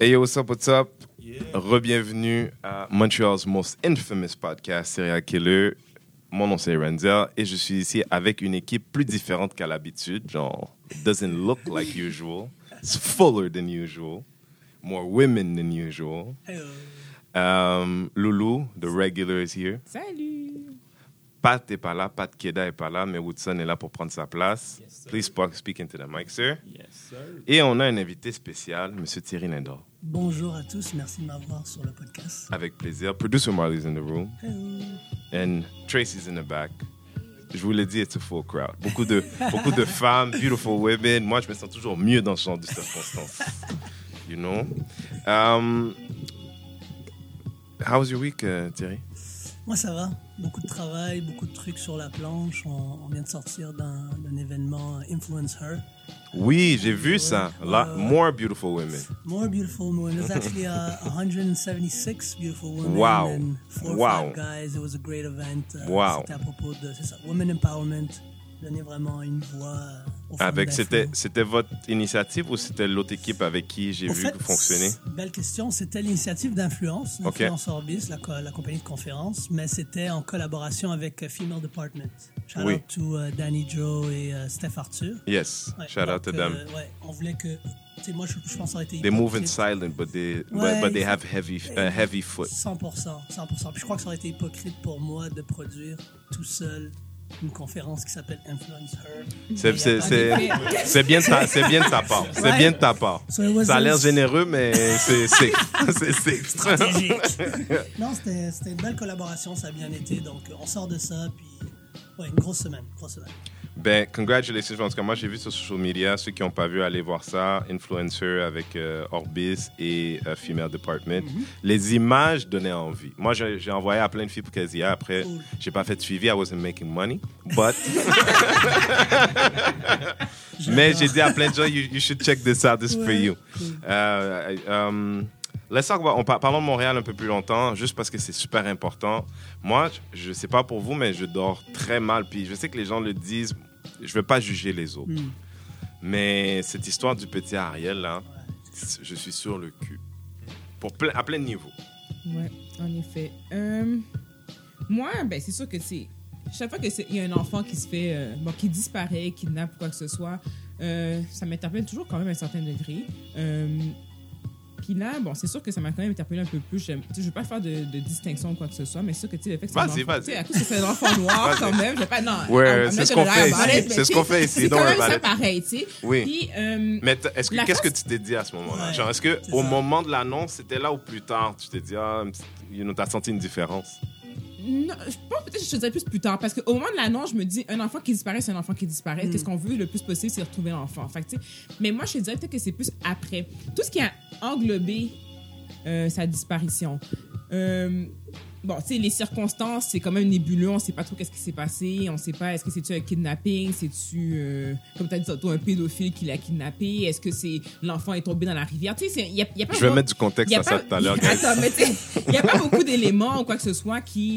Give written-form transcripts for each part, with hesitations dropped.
Hey yo, what's up? Yeah. Re-bienvenue à Montreal's most infamous podcast, Serial Killer. Mon nom c'est Renzel et je suis ici avec une équipe plus différente qu'à l'habitude. Genre, it doesn't look like usual. It's fuller than usual. More women than usual. Hello. Lulu, the regular, is here. Salut! Pat n'est pas là, Pat Keda n'est pas là, mais Woodson est là pour prendre sa place. Yes, Please speak into the mic, sir. Yes, sir. Et on a un invité spécial, M. Thierry Lindor. Bonjour à tous, merci de m'avoir sur le podcast. Avec plaisir. Producer Marley's in the room. Hello. And Tracy's in the back. Je vous l'ai dit, it's a full crowd. Beaucoup de femmes, beautiful women. Moi, je me sens toujours mieux dans ce genre de circonstances. You know? How was your week, Thierry? Moi ça va, beaucoup de travail, beaucoup de trucs sur la planche. On vient de sortir d'un événement Influence Her. Oui, j'ai vu ça. More beautiful women. More beautiful women. There's actually 176 beautiful women Wow. and 4 or Wow. 5 guys. It was a great event. Wow. C'était à propos de c'est ça, women empowerment, donner vraiment une voix aux femmes Avec, d'influence. c'était votre initiative ou c'était l'autre équipe avec qui j'ai Au vu fait, que vous fonctionnez? Belle question. C'était l'initiative d'Influence, Ok. Influence Orbis, la compagnie de conférence, mais c'était en collaboration avec Female Department. Shout Oui. out to Danny Joe et Steph Arthur. Yes. Ouais, Shout out donc, to them. Ouais, on voulait que, tu sais, moi je pense que ça aurait été They move in hypocrite. silent, but they Ouais, have heavy foot. 100%. Puis je crois que ça aurait été hypocrite pour moi de produire tout seul une conférence qui s'appelle Influence Her. C'est bien de ta part. C'est Ouais. bien de ta part. So it was Ça a l'air this- généreux, mais c'est extra. stratégique. Non, c'était une belle collaboration, ça a bien été. Donc, on sort de ça, puis ouais, une grosse semaine. Ben, congratulations. En tout cas, moi, j'ai vu sur social media. Ceux qui n'ont pas vu, allez voir ça. Influencer avec Orbis et Female Department. Les images donnaient envie. Moi, j'ai envoyé à plein de filles pour qu'elles y aillent. Après, Cool. j'ai pas fait de suivi. I wasn't making money. But... Mais j'ai dit à plein de gens, you should check this out. This is for Ouais, you. cool. Let's talk about, parlons de Montréal un peu plus longtemps, juste parce que c'est super important. Moi, je sais pas pour vous, mais je dors très mal. Puis je sais que les gens le disent, je veux pas juger les autres. Mais cette histoire du petit Ariel, là, je suis sur le cul. À plein de niveaux. Ouais, en effet. Moi, ben, c'est sûr que c'est. Chaque fois qu'il y a un enfant qui se fait. qui disparaît, kidnappe ou quoi que ce soit, ça m'interpelle toujours quand même à un certain degré. Puis là, bon, c'est sûr que ça m'a quand même interpellé un peu plus. Je ne veux pas faire de distinction ou quoi que ce soit, mais c'est sûr que le fait que c'est un Vas-y, enfant, vas-y. tu sais, à cause que c'est un enfant noir quand même, je vais pas. Non, Ouais, I'm c'est not ce gonna qu'on fait lie about ici. it, mais C'est ce tu qu'on sais, fait ici, C'est don't quand worry même ça about it. pareil, tu sais. Oui. Puis, Mais La qu'est-ce que face- tu t'es dit à ce moment-là? Ouais, Genre, est-ce que c'est au ça. moment de l'annonce, c'était là ou plus tard, tu t'es dit, t'as senti une différence? non, je pense peut-être que je te dirais plus plus tard parce qu'au moment de l'annonce, je me dis un enfant qui disparaît, c'est un enfant qui disparaît. Qu'est-ce qu'on veut le plus possible, c'est retrouver l'enfant. Fait que, tu sais, mais moi, je te dirais peut-être que c'est plus après. Tout ce qui a englobé sa disparition. Bon, tu sais, les circonstances, c'est quand même nébuleux. On sait pas trop qu'est-ce qui s'est passé. On sait pas, est-ce que c'est-tu un kidnapping? C'est-tu, comme tu as dit tantôt, un pédophile qui l'a kidnappé? Est-ce que c'est l'enfant est tombé dans la rivière? Tu sais, il y a pas Je vais vraiment- mettre du contexte y a à ça pas- tout à l'heure, guys. Attends, mais tu sais, il n'y a pas beaucoup d'éléments ou quoi que ce soit qui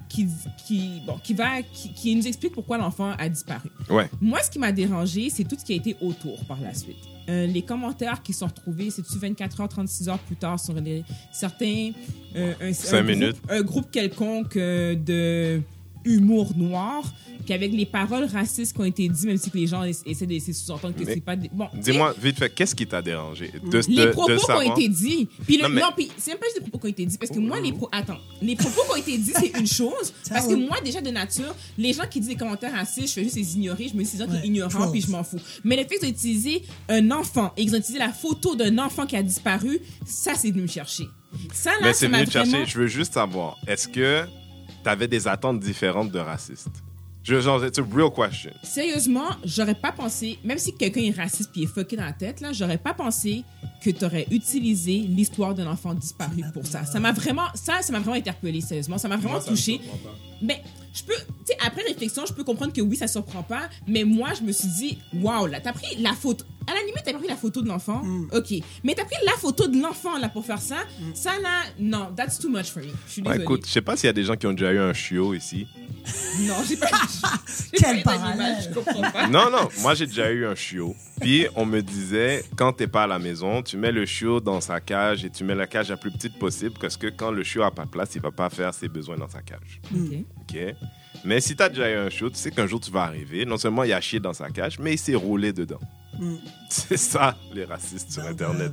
nous explique pourquoi l'enfant a disparu. Ouais. Moi, ce qui m'a dérangé, c'est tout ce qui a été autour par la suite. Les commentaires qui sont retrouvés, c'est-tu 24 heures, 36 heures plus tard sur certains... 5 minutes. Un groupe quelconque de humour noir, puis avec les paroles racistes qui ont été dites, même si que les gens essaient de sous-entendre que Mais c'est pas... Bon, Dis-moi, vite fait, qu'est-ce qui t'a dérangé? les propos qui savoir? ont été dits. Puis Non, mais- puis c'est même pas juste les propos qui ont été dits. Parce que moi, les propos qui ont été dits, c'est une chose. Parce que moi, déjà, de nature, les gens qui disent des commentaires racistes, je fais juste les ignorer. Je me dis, c'est des gens qui sont ignorants, trolls. puis je m'en fous. Mais le fait qu'ils ont utilisé un enfant et qu'ils ont utilisé la photo d'un enfant qui a disparu, ça, c'est venu me chercher. Ça, là, Mais ça c'est m'a venu te chercher. vraiment- Je veux juste savoir, est-ce que t'avais des attentes différentes de racistes? Genre, it's a real question. Sérieusement, j'aurais pas pensé, même si quelqu'un est raciste puis est fucké dans la tête, là, j'aurais pas pensé que tu aurais utilisé l'histoire d'un enfant disparu pour ça. Ça m'a vraiment interpellé, sérieusement. Ça m'a vraiment touché. Mais je peux, tu sais, après réflexion, je peux comprendre que oui, ça surprend pas, mais moi, je me suis dit, waouh, là, t'as pris la photo. À la limite, t'as pris la photo de l'enfant, ok. Mais t'as pris la photo de l'enfant, là, pour faire ça. Ça, là, non, that's too much for me. Je suis Ouais, désolée. écoute, je sais pas s'il y a des gens qui ont déjà eu un chiot ici. Non, j'ai pas Quel eu d'animal, parallèle. je comprends pas. Non, non, moi j'ai déjà eu un chiot. Puis on me disait, quand t'es pas à la maison, tu mets le chiot dans sa cage et tu mets la cage la plus petite possible parce que quand le chiot a pas de place, il va pas faire ses besoins dans sa cage. Ok. OK? Mais si t'as déjà eu un chiot, tu sais qu'un jour tu vas arriver, non seulement il a chié dans sa cage, mais il s'est roulé dedans. C'est ça, les racistes sur Internet.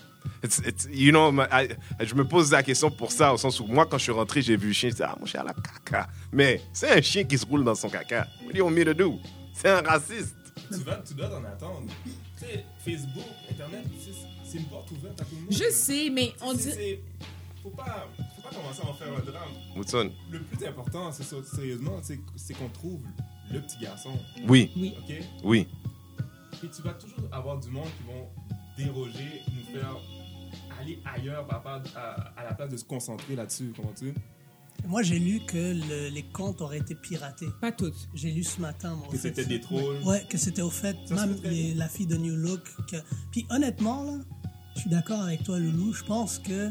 You know, je me pose la question pour ça, au sens où moi, quand je suis rentré, j'ai vu le chien, je dis, ah, mon chien a la caca. Mais c'est un chien qui se roule dans son caca. What do you want me to do? C'est un raciste. Tu dois t'en attendre. Tu sais, Facebook, Internet, c'est une porte ouverte à tout le monde. Je sais, mais on dit. Faut pas commencer à en faire un drame. Woodson. Le plus important, c'est ça, sérieusement, c'est qu'on trouve le petit garçon. Oui, Oui. OK? oui. Et tu vas toujours avoir du monde qui vont déroger, nous faire aller ailleurs à la place de se concentrer là-dessus. Comprends-tu? Moi, j'ai lu que les comptes auraient été piratés. Pas toutes. J'ai lu ce matin. Moi, Que c'était des trolls. Ouais, que c'était au fait, Ça, même c'est très bien. la fille de New Look. Puis honnêtement, là, je suis d'accord avec toi, Loulou. Je pense que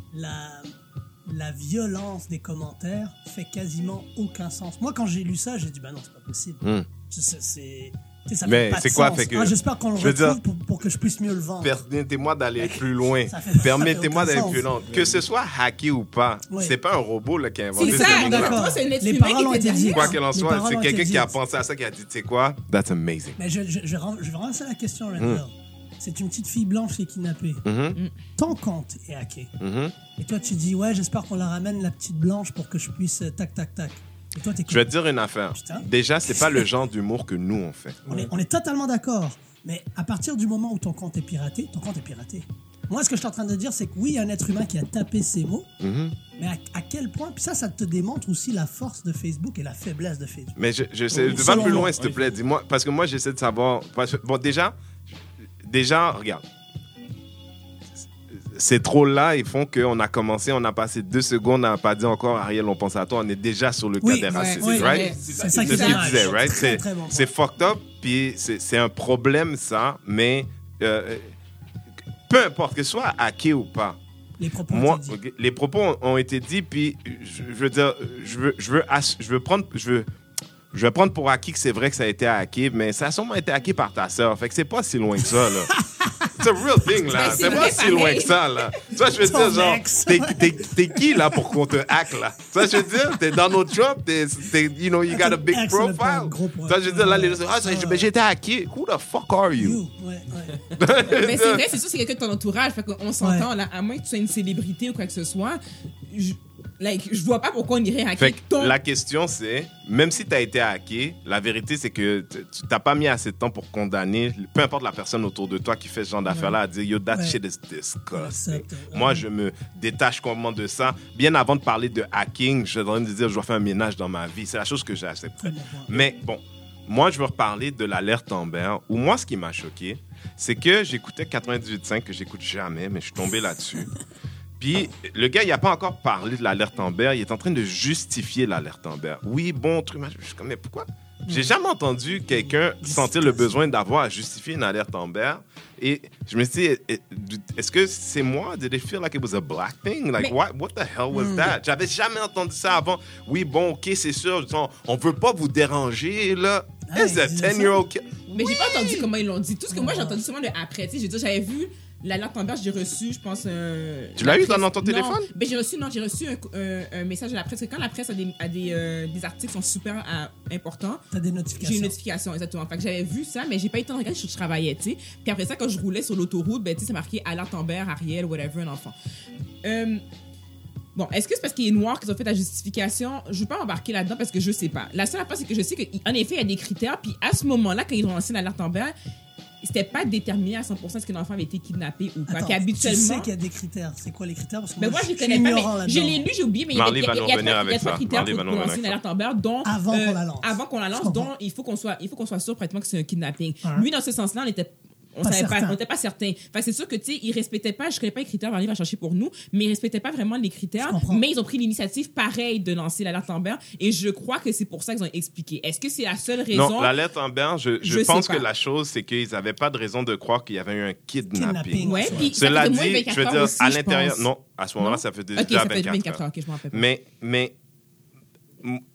la violence des commentaires fait quasiment aucun sens. Moi, quand j'ai lu ça, j'ai dit, bah non, c'est pas possible. Tu sais, ça Mais fait pas de c'est quoi, sens. fait que- J'espère qu'on le je veux retrouve dire- pour que je puisse mieux le vendre. Permettez-moi d'aller plus loin. Ça fait Permettez-moi aucun d'aller sens. plus loin. Que ce soit hacké ou pas, Oui. c'est pas un robot là, qui a inventé C'est ce ça, ligne-là. d'accord. Moi, c'est un être Les humain paroles qui ont était été dites. derrière. Quoi qu'il en Les soit, paroles c'est ont quelqu'un été qui a dites. pensé à ça, qui a dit, tu sais quoi? That's amazing. Mais je vais renverser la question, Randall. C'est une petite fille blanche qui est kidnappée. Ton compte est hacké. Et toi, tu dis, ouais, j'espère qu'on la ramène, la petite blanche, pour que je puisse tac, tac, tac. Et toi, t'es Je vais te dire une affaire. Putain. Déjà, c'est pas le genre d'humour que nous, on fait. On est totalement d'accord. Mais à partir du moment où ton compte est piraté, ton compte est piraté. Moi, ce que je suis en train de dire, c'est que oui, il y a un être humain qui a tapé ces mots, mais à quel point, puis ça te démontre aussi la force de Facebook et la faiblesse de Facebook. Mais je sais, va Selon plus moi. loin, s'il te plaît. Dis-moi, parce que moi, j'essaie de savoir. Bon, déjà, regarde. Ces trolls-là, ils font qu'on a commencé, on a passé 2 secondes, on n'a pas dit encore, Ariel, on pense à toi, on est déjà sur le cas Oui, des ouais, racistes, oui, right? ouais. C'est ça qui C'est est ce que tu dommage. disais, right? Très, très bon C'est fucked up, puis c'est un problème, ça, mais peu importe que ce soit hacké ou pas, Les propos moi, ont été dits. les propos ont été dits, puis je veux dire, je vais prendre pour acquis que c'est vrai que ça a été hacké, mais ça a sûrement été hacké par ta sœur. Fait que c'est pas si loin que ça, là. C'est a real thing, là. Ben, c'est C'est pas vrai, si loin pareil. que ça, là. Tu vois, je veux Ton dire, genre, ex. t'es qui, là, pour qu'on te hack, là? Tu vois, je veux dire, t'es Donald Trump, you know, you got a big Excellent point, profile. gros Tu point. vois, je veux dire, là, les gens disent, mais j'ai été hacké. Who the fuck are you? You, ouais. Mais c'est vrai, c'est sûr, c'est quelqu'un de ton entourage. Fait qu'on s'entend, là, à moins que tu sois une célébrité ou quoi que ce soit. Je vois pas pourquoi on irait hacker Fait que ton. la question, c'est, même si tu as été hacké, la vérité, c'est que tu t'as pas mis assez de temps pour condamner, peu importe la personne autour de toi qui fait ce genre d'affaires-là, à dire, yo, that Ouais. shit is disgusting. Exact. Moi, je me détache complètement de ça. Bien avant de parler de hacking, je suis en train de dire, je dois faire un ménage dans ma vie. C'est la chose que j'ai acceptée. Très bon point. Mais bon, moi, je veux reparler de l'alerte Amber, où moi, ce qui m'a choqué, c'est que j'écoutais 98.5, que j'écoute jamais, mais je suis tombé là-dessus. Puis le gars, il n'a pas encore parlé de l'alerte Amber, il est en train de justifier l'alerte Amber. Oui, bon truc, je suis comme, mais pourquoi? J'ai jamais entendu quelqu'un sentir le besoin d'avoir à justifier une alerte Amber. Et je me suis dit, est-ce que c'est moi? Did it feel like it was a black thing? Like, Mais- what the hell was that? J'avais jamais entendu ça avant. Oui, bon, ok, c'est sûr, on veut pas vous déranger, là. Ah, It's a il disait ça? 10-year-old kid. Mais j'ai pas entendu comment ils l'ont dit. Tout ce que moi j'ai entendu seulement le après. Tu sais, je veux dire, j'avais vu l'alerte Amber, j'ai reçu, je pense. Tu l'as eu la dans ton presse- téléphone? Non, ben, j'ai reçu un message de la presse. Parce que quand la presse a des articles qui sont super importants, T'as des j'ai notifications. une notification, exactement. Fait que j'avais vu ça, mais j'ai pas eu le temps de regarder, je travaillais, tu sais. Puis après ça, quand je roulais sur l'autoroute, ben, tu sais, c'est marqué alerte Amber, Ariel, whatever, un enfant. Bon, est-ce que c'est parce qu'il est noir qu'ils ont fait la justification? Je ne veux pas m'embarquer là-dedans parce que je sais pas. La seule affaire, c'est que je sais qu'en effet, il y a des critères. Puis à ce moment-là, quand ils ont lancé l'alerte Amber, c'était pas déterminé à 100% est-ce que l'enfant avait été kidnappé ou pas. Attends, Puis habituellement. tu sais qu'il y a des critères. C'est quoi les critères? Parce que Ben moi, je suis les connais pas, ignorant mais là-dedans. je l'ai lu, j'ai oublié, mais il y a Marley va nous revenir il y a avec trois ça. critères Marley va pour nous lancer revenir une avec alerte Amber, dont Avant qu'on la lance. Avant qu'on la Je lance, comprends. dont il faut qu'on soit sûr pratiquement que c'est un kidnapping. Ouais. Lui, dans ce sens-là, on Pas savait pas, certain. on n'était pas certain. Fait que c'est sûr que tu sais, ils respectaient pas, je connais pas les critères, Marley va chercher pour nous, mais ils respectaient pas vraiment les critères, Je comprends. mais ils ont pris l'initiative pareille de lancer l'alerte Amber et je crois que c'est pour ça qu'ils ont expliqué. Est-ce que c'est la seule raison? Non, l'alerte Amber, je Je pense sais que pas. la chose, c'est qu'ils n'avaient pas de raison de croire qu'il y avait eu un kidnapping. Kidnapping. Ouais, puis ça Cela faisait moins de dit, 24 je veux heures dire, aussi, à je l'intérieur, pense. non, à ce moment-là, Non? ça fait Ok, déjà ça fait 24 24 heures. heures, ok, je m'en rappelle pas. Mais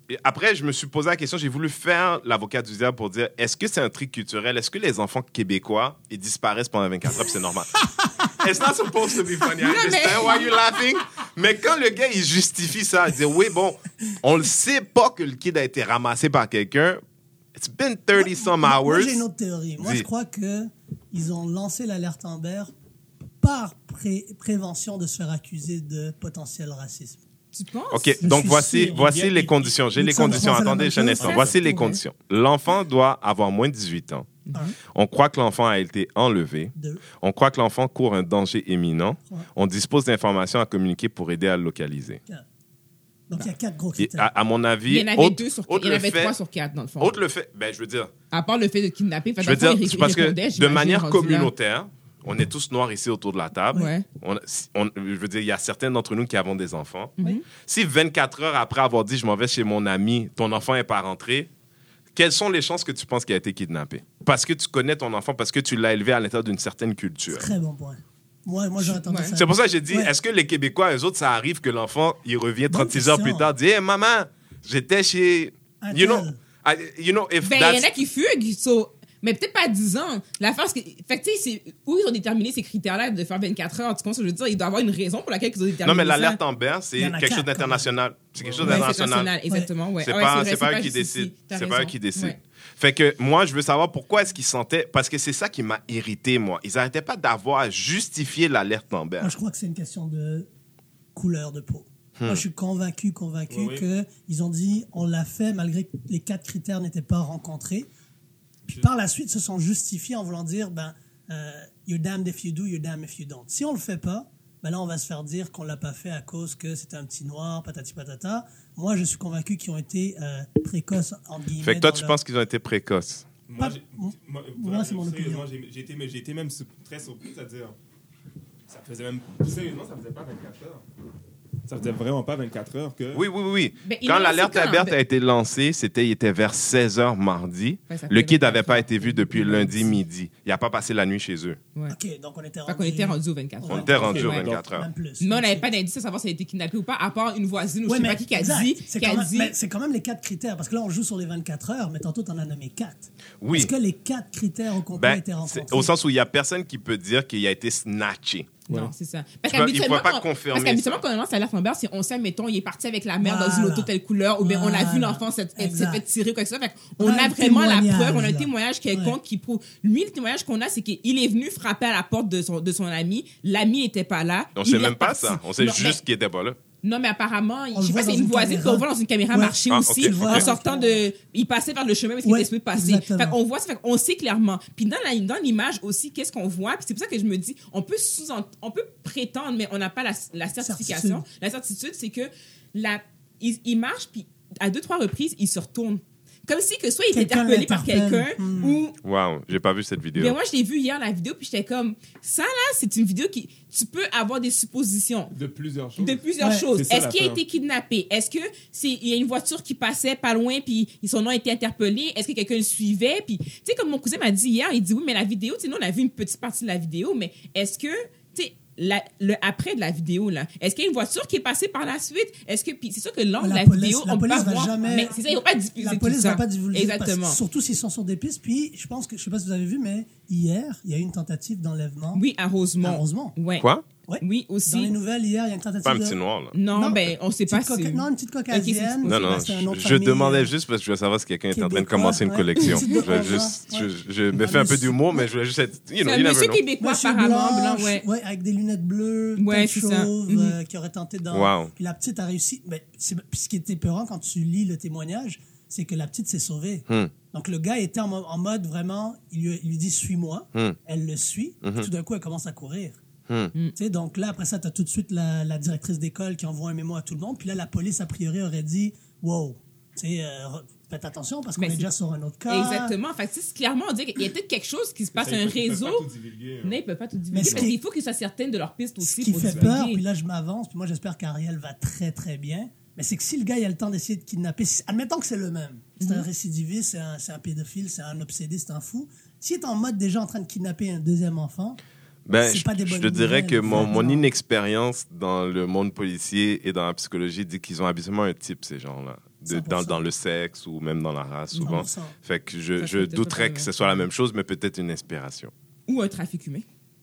après, je me suis posé la question, j'ai voulu faire l'avocat du diable pour dire, est-ce que c'est un truc culturel? Est-ce que les enfants québécois, ils disparaissent pendant 24 heures, puis c'est normal? It's not supposed to be funny. I understand why you're laughing. Mais quand le gars, il justifie ça, il dit, oui, bon, on le sait pas que le kid a été ramassé par quelqu'un. It's been 30 some hours. Moi, j'ai une autre théorie. Moi, je crois qu'ils ont lancé l'alerte Amber par prévention de se faire accuser de potentiel racisme. Tu penses? OK, donc voici les conditions. J'ai les conditions. Attendez, un instant. Voici les conditions. L'enfant doit avoir moins de 18 ans. On croit que l'enfant a été enlevé. 2. On croit que l'enfant court un danger imminent. On dispose d'informations à communiquer pour aider à le localiser. Donc, il y a 4 gros Et critères. à mon avis, Il y en avait 3 sur 4, dans le fond. Autre le fait, ben, je veux dire, À part le fait de kidnapper. parce que de manière communautaire, on est tous noirs ici autour de la table. Ouais. Je veux dire, il y a certains d'entre nous qui avons des enfants. Si 24 heures après avoir dit « je m'en vais chez mon ami », ton enfant n'est pas rentré, quelles sont les chances que tu penses qu'il a été kidnappé? Parce que tu connais ton enfant, parce que tu l'as élevé à l'intérieur d'une certaine culture. Très bon point. Moi j'aurais tendance à... C'est pour ça que j'ai dit, est-ce que les Québécois, eux autres, ça arrive que l'enfant, il revient 36 heures plus tard, dit « Hey, maman, j'étais chez... » You know, if Ben, il that's... y en a qui fuguent, mais peut-être pas à 10 ans. L'affaire, c'est que. Fait que, tu sais, c'est où ils ont déterminé ces critères-là de faire 24 heures. Tu comprends ce que je veux dire? Il doit y avoir une raison pour laquelle ils ont déterminé. Non, mais ça. l'alerte Amber, c'est Il y en a quelque chose 4, d'international. C'est quelque chose Ouais, c'est d'international. national, exactement. Ouais. C'est Ah ouais, pas, vrai, c'est pas eux qui juste décident. ici. T'as C'est pas eux raison. qui décident. Ouais. Fait que moi, je veux savoir pourquoi est-ce qu'ils sentaient... Parce que c'est ça qui m'a irrité, moi. Ils n'arrêtaient pas d'avoir à justifier l'alerte Amber. Moi, je crois que c'est une question de couleur de peau. Moi, je suis convaincu Oui. qu'ils ont dit on l'a fait malgré que les 4 critères n'étaient pas rencontrés. Puis par la suite, se sont justifiés en voulant dire you're damned if you do, you're damned if you don't. Si on le fait pas, ben là, on va se faire dire qu'on l'a pas fait à cause que c'était un petit noir, patati patata. Moi, je suis convaincu qu'ils ont été précoces, entre guillemets. Fait que toi, tu penses qu'ils ont été précoces. Moi, Moi, c'est mon sérieusement, opinion. j'ai été même très surpris, c'est-à-dire, ça faisait même, sérieusement, ça faisait pas 24 heures. Ça faisait vraiment pas 24 heures que... Oui. Ben, il Quand l'a l'alerte lancé quand? Amber a été lancée, il était vers 16h mardi. Ouais, ça Le fait kid 24 n'avait pas heures. été vu depuis lundi midi. Il n'a pas passé la nuit chez eux. Ouais. OK, donc on était Fait qu'on était rendu aux 24 On heures. était rendu aux Ouais. 24 heures. Même plus. Mais on n'avait pas d'indice à savoir si elle a été kidnappée ou pas, à part une voisine ou Ouais, je sais mais pas qui a exact. dit. C'est Qui a quand même- dit. mais c'est quand même les 4 critères. Parce que là, on joue sur les 24 heures, mais tantôt, tu en as nommé 4. Oui. Est-ce que les 4 critères au complet Ben, étaient rencontrés? c'est au sens où il n'y a personne qui peut dire qu'il a été snatché. Non, c'est ça. Parce Il ne qu'habituellement, faut pas confirmer parce qu'habituellement, ça. quand on lance l'alerte Amber, c'est on sait, mettons, il est parti avec la mère dans Voilà. une auto telle couleur, ou bien on a vu Voilà. l'enfant s'être Exact. fait tirer, quoi que ce soit. Fait qu'on On a a un vraiment la témoignage, preuve, on a un là. témoignage quelconque Ouais. qui prouve. Lui, le témoignage qu'on a, c'est qu'il est venu frapper à la porte de son ami. L'ami n'était pas là. On Il sait est même pas reparti. ça. On sait Non, juste qu'il n'était pas là. Non, mais apparemment, On je le sais voit pas, c'est dans une une voisine caméra. qu'on voit dans une caméra Ouais. marcher Ah, aussi, ok, ok. en sortant de... Il passait vers le chemin parce qu'il Ouais, était supposé passer. exactement. Fait qu'on voit ça, fait qu'on sait clairement. Puis dans l'image aussi, qu'est-ce qu'on voit? Puis c'est pour ça que je me dis, on peut prétendre, mais on n'a pas la certification. Certitude. La certitude, c'est que il marche, puis à 2-3 reprises, il se retourne. Comme si que soit il était Quelqu'un interpellé par l'interpelle. quelqu'un ou... Wow, j'ai pas vu cette vidéo. Mais moi, je l'ai vu hier, la vidéo, puis j'étais comme... Ça, là, c'est une vidéo qui... Tu peux avoir des suppositions De plusieurs choses. de plusieurs Ouais. choses. C'est ça, Est-ce qu'il a l'affaire. été kidnappé? Est-ce que il y a une voiture qui passait pas loin puis son nom a été interpellé? Est-ce que quelqu'un le suivait? Puis, tu sais, comme mon cousin m'a dit hier, il dit oui, mais la vidéo, tu sais, nous, on a vu une petite partie de la vidéo, mais est-ce que, tu sais, le après de la vidéo, là, est-ce qu'il y a une voiture qui est passée par la suite? Est-ce que, puis c'est sûr que l'angle de la vidéo, on peut pas va voir. jamais. Mais c'est ça, ils vont pas diffuser La tout police ça. va pas divulguer. Exactement. Surtout s'ils sont sur des pistes. Puis, je pense que, je sais pas si vous avez vu, mais hier, il y a eu une tentative d'enlèvement. Oui, à Rosemont. À Rosemont. Ouais. Quoi? Ouais. Oui, Dans aussi. les nouvelles, hier, il y a une tentative Pas un de... petit noir, là. Non, ben, on sait pas si... Non, une petite caucasienne. Non, non, C'est un autre je famille, demandais juste parce que je voulais savoir si quelqu'un était en train de Québécois, commencer une ouais. collection. Petite Je, voulais de juste, 11 ans, je me fais un peu d'humour, mais je voulais juste être. You C'est know, un you never monsieur know. québécois, Monsieur apparemment, blanc, blanche, ouais. avec des lunettes bleues, Ouais, teinte c'est ça. chauve, qui aurait tenté dans... Wow. Puis la petite a réussi. Mais puis ce qui était épeurant quand tu lis le témoignage, c'est que la petite s'est sauvée. Donc le gars était en mode vraiment, il lui dit « suis-moi ». Elle le suit. Tout d'un coup, elle commence à courir. Tu sais, donc là, après ça, tu as tout de suite la directrice d'école qui envoie un mémo à tout le monde. Puis là, la police, a priori, aurait dit « wow, tu sais, faites attention parce qu'on Mais est c'est- déjà sur un autre cas. » Exactement. Fait que, tu sais, clairement, on dit qu'il y a peut-être quelque chose qui se passe, Ça, un ils peuvent réseau. pas tout divulguer, hein. Non, ils peuvent pas tout Mais divulguer. ce Parce qui- qu'il faut qu'ils soient certains de leur piste Ce aussi qui pour fait divulguer. peur, puis là, je m'avance, puis moi, j'espère qu'Ariel va très, très bien. Mais c'est que si le gars, il a le temps d'essayer de kidnapper, admettons que c'est le même. C'est un récidiviste, c'est un pédophile, c'est un obsédé, c'est un fou. S'il est en mode déjà en train de kidnapper un deuxième enfant, Ben, c'est pas des je bonnes te dirais nouvelles, que mon vraiment. inexpérience dans le monde policier et dans la psychologie dit qu'ils ont habituellement un type, ces gens-là. dans le sexe ou même dans la race, souvent. 100%. Fait que Ça je serait douterais peut-être que ce soit la même chose, mais peut-être une inspiration. Ou un trafic humain.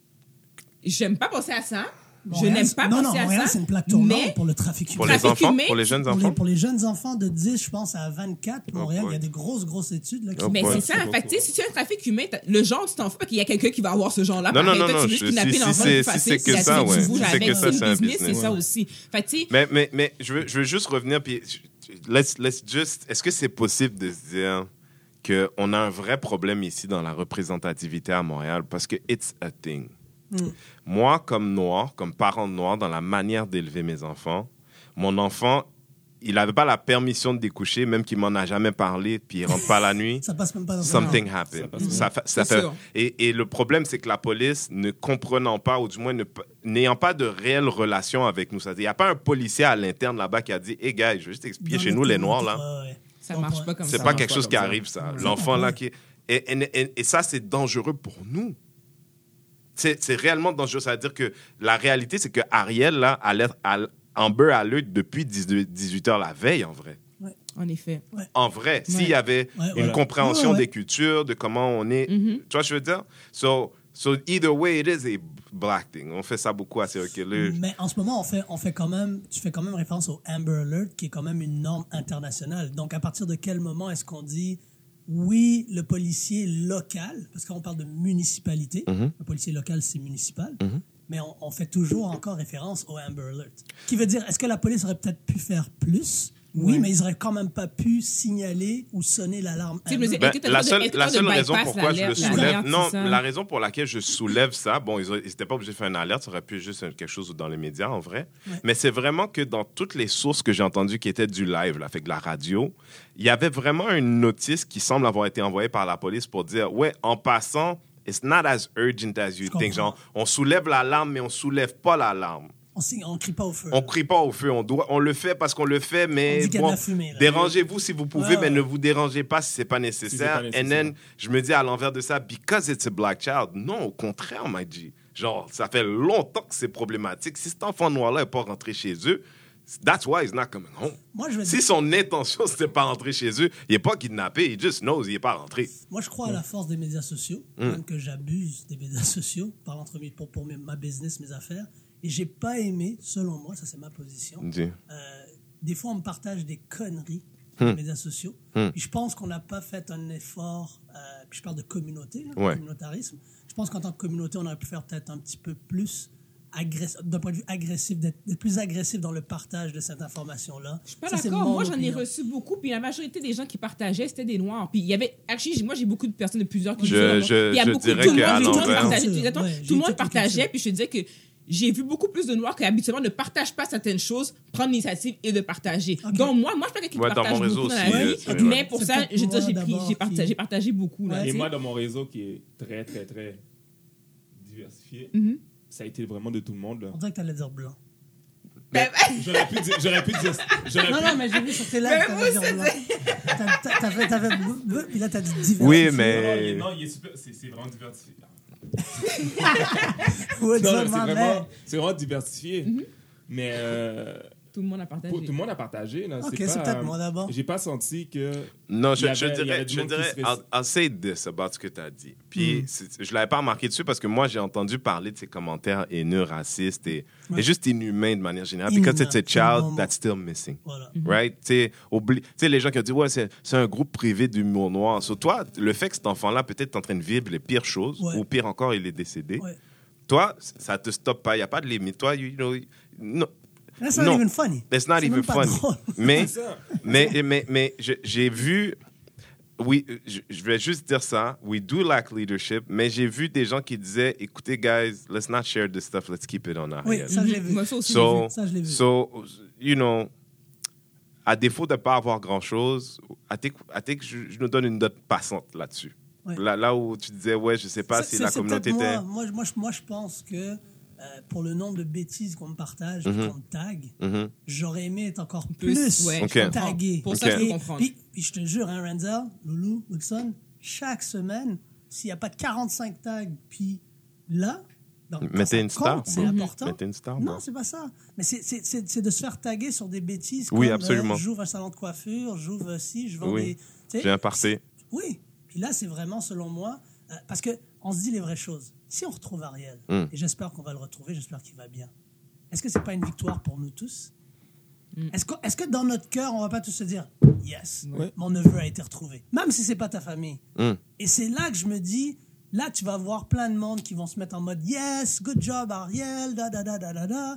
J'aime pas penser à ça. Montréal, je n'aime pas non, penser à Montréal, ça. c'est une plaque tournante mais pour le trafic humain. Pour les Trafic enfants, humain, pour les jeunes Pour les, enfants. pour les jeunes enfants de 10, je pense, à 24, Montréal, boy. il y a des grosses études. Là, qui Oh Mais boy. c'est ça, en fait, tu sais, si tu as un trafic humain, le genre, tu t'en fous parce qu'il y a quelqu'un qui va avoir ce genre-là. Non, pareil. non, Toi, non, tu veux si- kidnapper si l'enfant c'est- le plus si facile, c'est que la ça, suite ouais. du bouge Si c'est avec, que ça, c'est un business, c'est business. ça Ouais. aussi. Fait que, tu sais, Mais je veux juste revenir, puis let's just... Est-ce que c'est possible de se dire qu'on a un vrai problème ici dans la représentativité à Montréal? Parce que it's a thing. Moi, comme noir, comme parent noir, dans la manière d'élever mes enfants, mon enfant, il n'avait pas la permission de découcher, même qu'il m'en a jamais parlé, puis il rentre pas la nuit. Ça passe même pas dans Something happened. Ça C'est fait... sûr. Et le problème, c'est que la police, ne comprenant pas, ou du moins n'ayant pas de réelle relation avec nous, c'est-à-dire, il n'y a pas un policier à l'interne là-bas qui a dit « Hey, gars, je vais juste expliquer, chez nous, les Noirs, là, ça marche pas comme ça. c'est pas quelque chose qui arrive, ça. L'enfant, là, qui... Et ça, c'est dangereux pour nous. C'est réellement dangereux. Ça veut dire que la réalité, c'est que Ariel, là, Amber Alert depuis 18 heures la veille, en vrai. En effet. En vrai, s'il y avait une compréhension des cultures, de comment on est. Tu vois, je veux dire? So either way, it is a black thing. On fait ça beaucoup à Serial Killer. Mais en ce moment, tu fais quand même référence au Amber Alert, qui est quand même une norme internationale. Donc, à partir de quel moment est-ce qu'on dit, oui, le policier local, parce qu'on parle de municipalité, le policier local, c'est municipal, mais on fait toujours encore référence au Amber Alert. Qui veut dire, est-ce que la police aurait peut-être pu faire plus? Oui, mais ils n'auraient quand même pas pu signaler ou sonner l'alarme. Tu sais, je me dis, Ben, est-ce que t'as la le droit de- est-ce que seule t'as le droit de raison bypass pourquoi je le l'alerte, soulève, l'alerte, non, c'est ça? la raison pour laquelle je soulève ça, bon, ils n'étaient pas obligés de faire une alerte, ça aurait pu être juste quelque chose dans les médias, en vrai. Mais c'est vraiment que dans toutes les sources que j'ai entendues qui étaient du live, là, fait que la radio, il y avait vraiment une notice qui semble avoir été envoyée par la police pour dire, ouais, en passant, it's not as urgent as you think. Genre, on soulève l'alarme, mais on soulève pas l'alarme. On ne crie pas au feu. On crie pas au feu, on le fait parce qu'on le fait, On mais dit qu'il y a de la fumée, là. dérangez-vous si vous pouvez, Ouais, mais ouais. ne vous dérangez pas si c'est pas nécessaire. Si c'est pas And nécessaire. then, je me dis à l'envers de ça, because it's a black child. Non, au contraire, my G. Genre, ça fait longtemps que c'est problématique. Si cet enfant noir-là n'est pas rentré chez eux, that's why he's not coming home. Moi, je veux Si dire- son intention, c'était pas rentrer chez eux, il n'est pas kidnappé, he just knows, il n'est pas rentré. Moi, je crois à la force des médias sociaux, même que j'abuse des médias sociaux pour ma business, mes affaires. Et j'ai pas aimé, selon moi, ça c'est ma position. Dis. Des fois, on me partage des conneries sur les médias sociaux. Puis je pense qu'on n'a pas fait un effort. Puis je parle de communauté, là, Ouais. communautarisme. Je pense qu'en tant que communauté, on aurait pu faire peut-être un petit peu plus d'un point de vue agressif, d'être plus agressif dans le partage de cette information-là. Je suis pas Ça, c'est d'accord. mon Moi, j'en ai opinion. reçu beaucoup. Puis la majorité des gens qui partageaient, c'était des Noirs. Puis il y avait. Actually, moi, j'ai beaucoup de personnes de plusieurs cultures. Je Puis il y a je beaucoup dirais tout le qu'à monde, tout le monde l'envers- partageait. Ouais, Tout j'ai le monde toutes les partageait. cultures. Puis je te disais que j'ai vu beaucoup plus de Noirs qui habituellement ne partagent pas certaines choses, prendre l'initiative et de partager. Ok. Donc moi, je suis pas quelqu'un qui Ouais, dans partage mon réseau beaucoup dans aussi, la vie. c'est Mais vrai. pour C'est ça, peut-être je veux dire, moi d'abord qui- j'ai partagé beaucoup. Là, Ouais. tu Et sais. moi, dans mon réseau qui est très, très, très diversifié, ça a été vraiment de tout le monde. Là. On dirait que tu allais dire blanc. J'aurais pu dire. Non, mais j'ai vu sur tes lèvres, Mais t'avais dit blanc. T'avais puis là, t'as dit diversifié. Oui, Non, mais... il est super. C'est vraiment diversifié. What's Non, up, my man? c'est vraiment diversifié. Mais Tout le monde a partagé. tout le monde a partagé. Là. Ok, pas, c'est peut-être moi d'abord. J'ai pas senti que. Non, Il y avait du monde qui se I'll say this about ce que tu as dit. Puis, je l'avais pas remarqué dessus parce que moi, j'ai entendu parler de ces commentaires haineux, racistes et juste inhumains de manière générale. Because it's a Inhumain, child vraiment. that's still missing. Voilà. Right? Tu sais, les gens qui ont dit, ouais, c'est un groupe privé d'humour noir. Sur toi, le fait que cet enfant-là, peut-être, est en train de vivre les pires choses, Ouais. ou pire encore, il est décédé. Ouais. Toi, ça te stoppe pas. Il n'y a pas de limite. Toi, non. That's not Non. even funny. It's not C'est even même pas funny. drôle. Mais, C'est ça. mais j'ai vu, oui, je vais juste dire ça, we do lack leadership, mais j'ai vu des gens qui disaient, écoutez, guys, let's not share this stuff, let's keep it on our Oui, head. ça, j'ai vu. Moi, ça aussi, So, Ça, je l'ai vu. you know, à défaut de ne pas avoir grand-chose, I think je nous donne une note passante là-dessus. Ouais. Là où tu disais, ouais, je sais pas si la communauté peut-être était... moi, je pense que pour le nombre de bêtises qu'on me partage, qu'on me tag, Mhm. j'aurais aimé être encore Plus, plus ouais, Ok. je comprends. tagué. Pour ça, je peux Et- comprendre. Puis je te jure, hein, Renzel, Loulou, Wilson, chaque semaine, s'il n'y a pas 45 tags, puis là, Donc, quand Mettez ça une star, compte, c'est bro. important. Mettez une star, Non, bro. c'est pas ça. Mais c'est de se faire taguer sur des bêtises. Oui, comme, absolument. j'ouvre un salon de coiffure, j'ouvre ci, je vends Oui. des... tu sais, J'ai un party. Oui. Puis là, c'est vraiment, selon moi, parce qu'on se dit les vraies choses. Si on retrouve Ariel, et j'espère qu'on va le retrouver, j'espère qu'il va bien, est-ce que c'est pas une victoire pour nous tous? Est-ce que dans notre cœur, on va pas tous se dire « Yes, mon neveu a été retrouvé », même si c'est pas ta famille. Et c'est là que je me dis, là, tu vas voir plein de monde qui vont se mettre en mode « Yes, good job, Ariel, da. »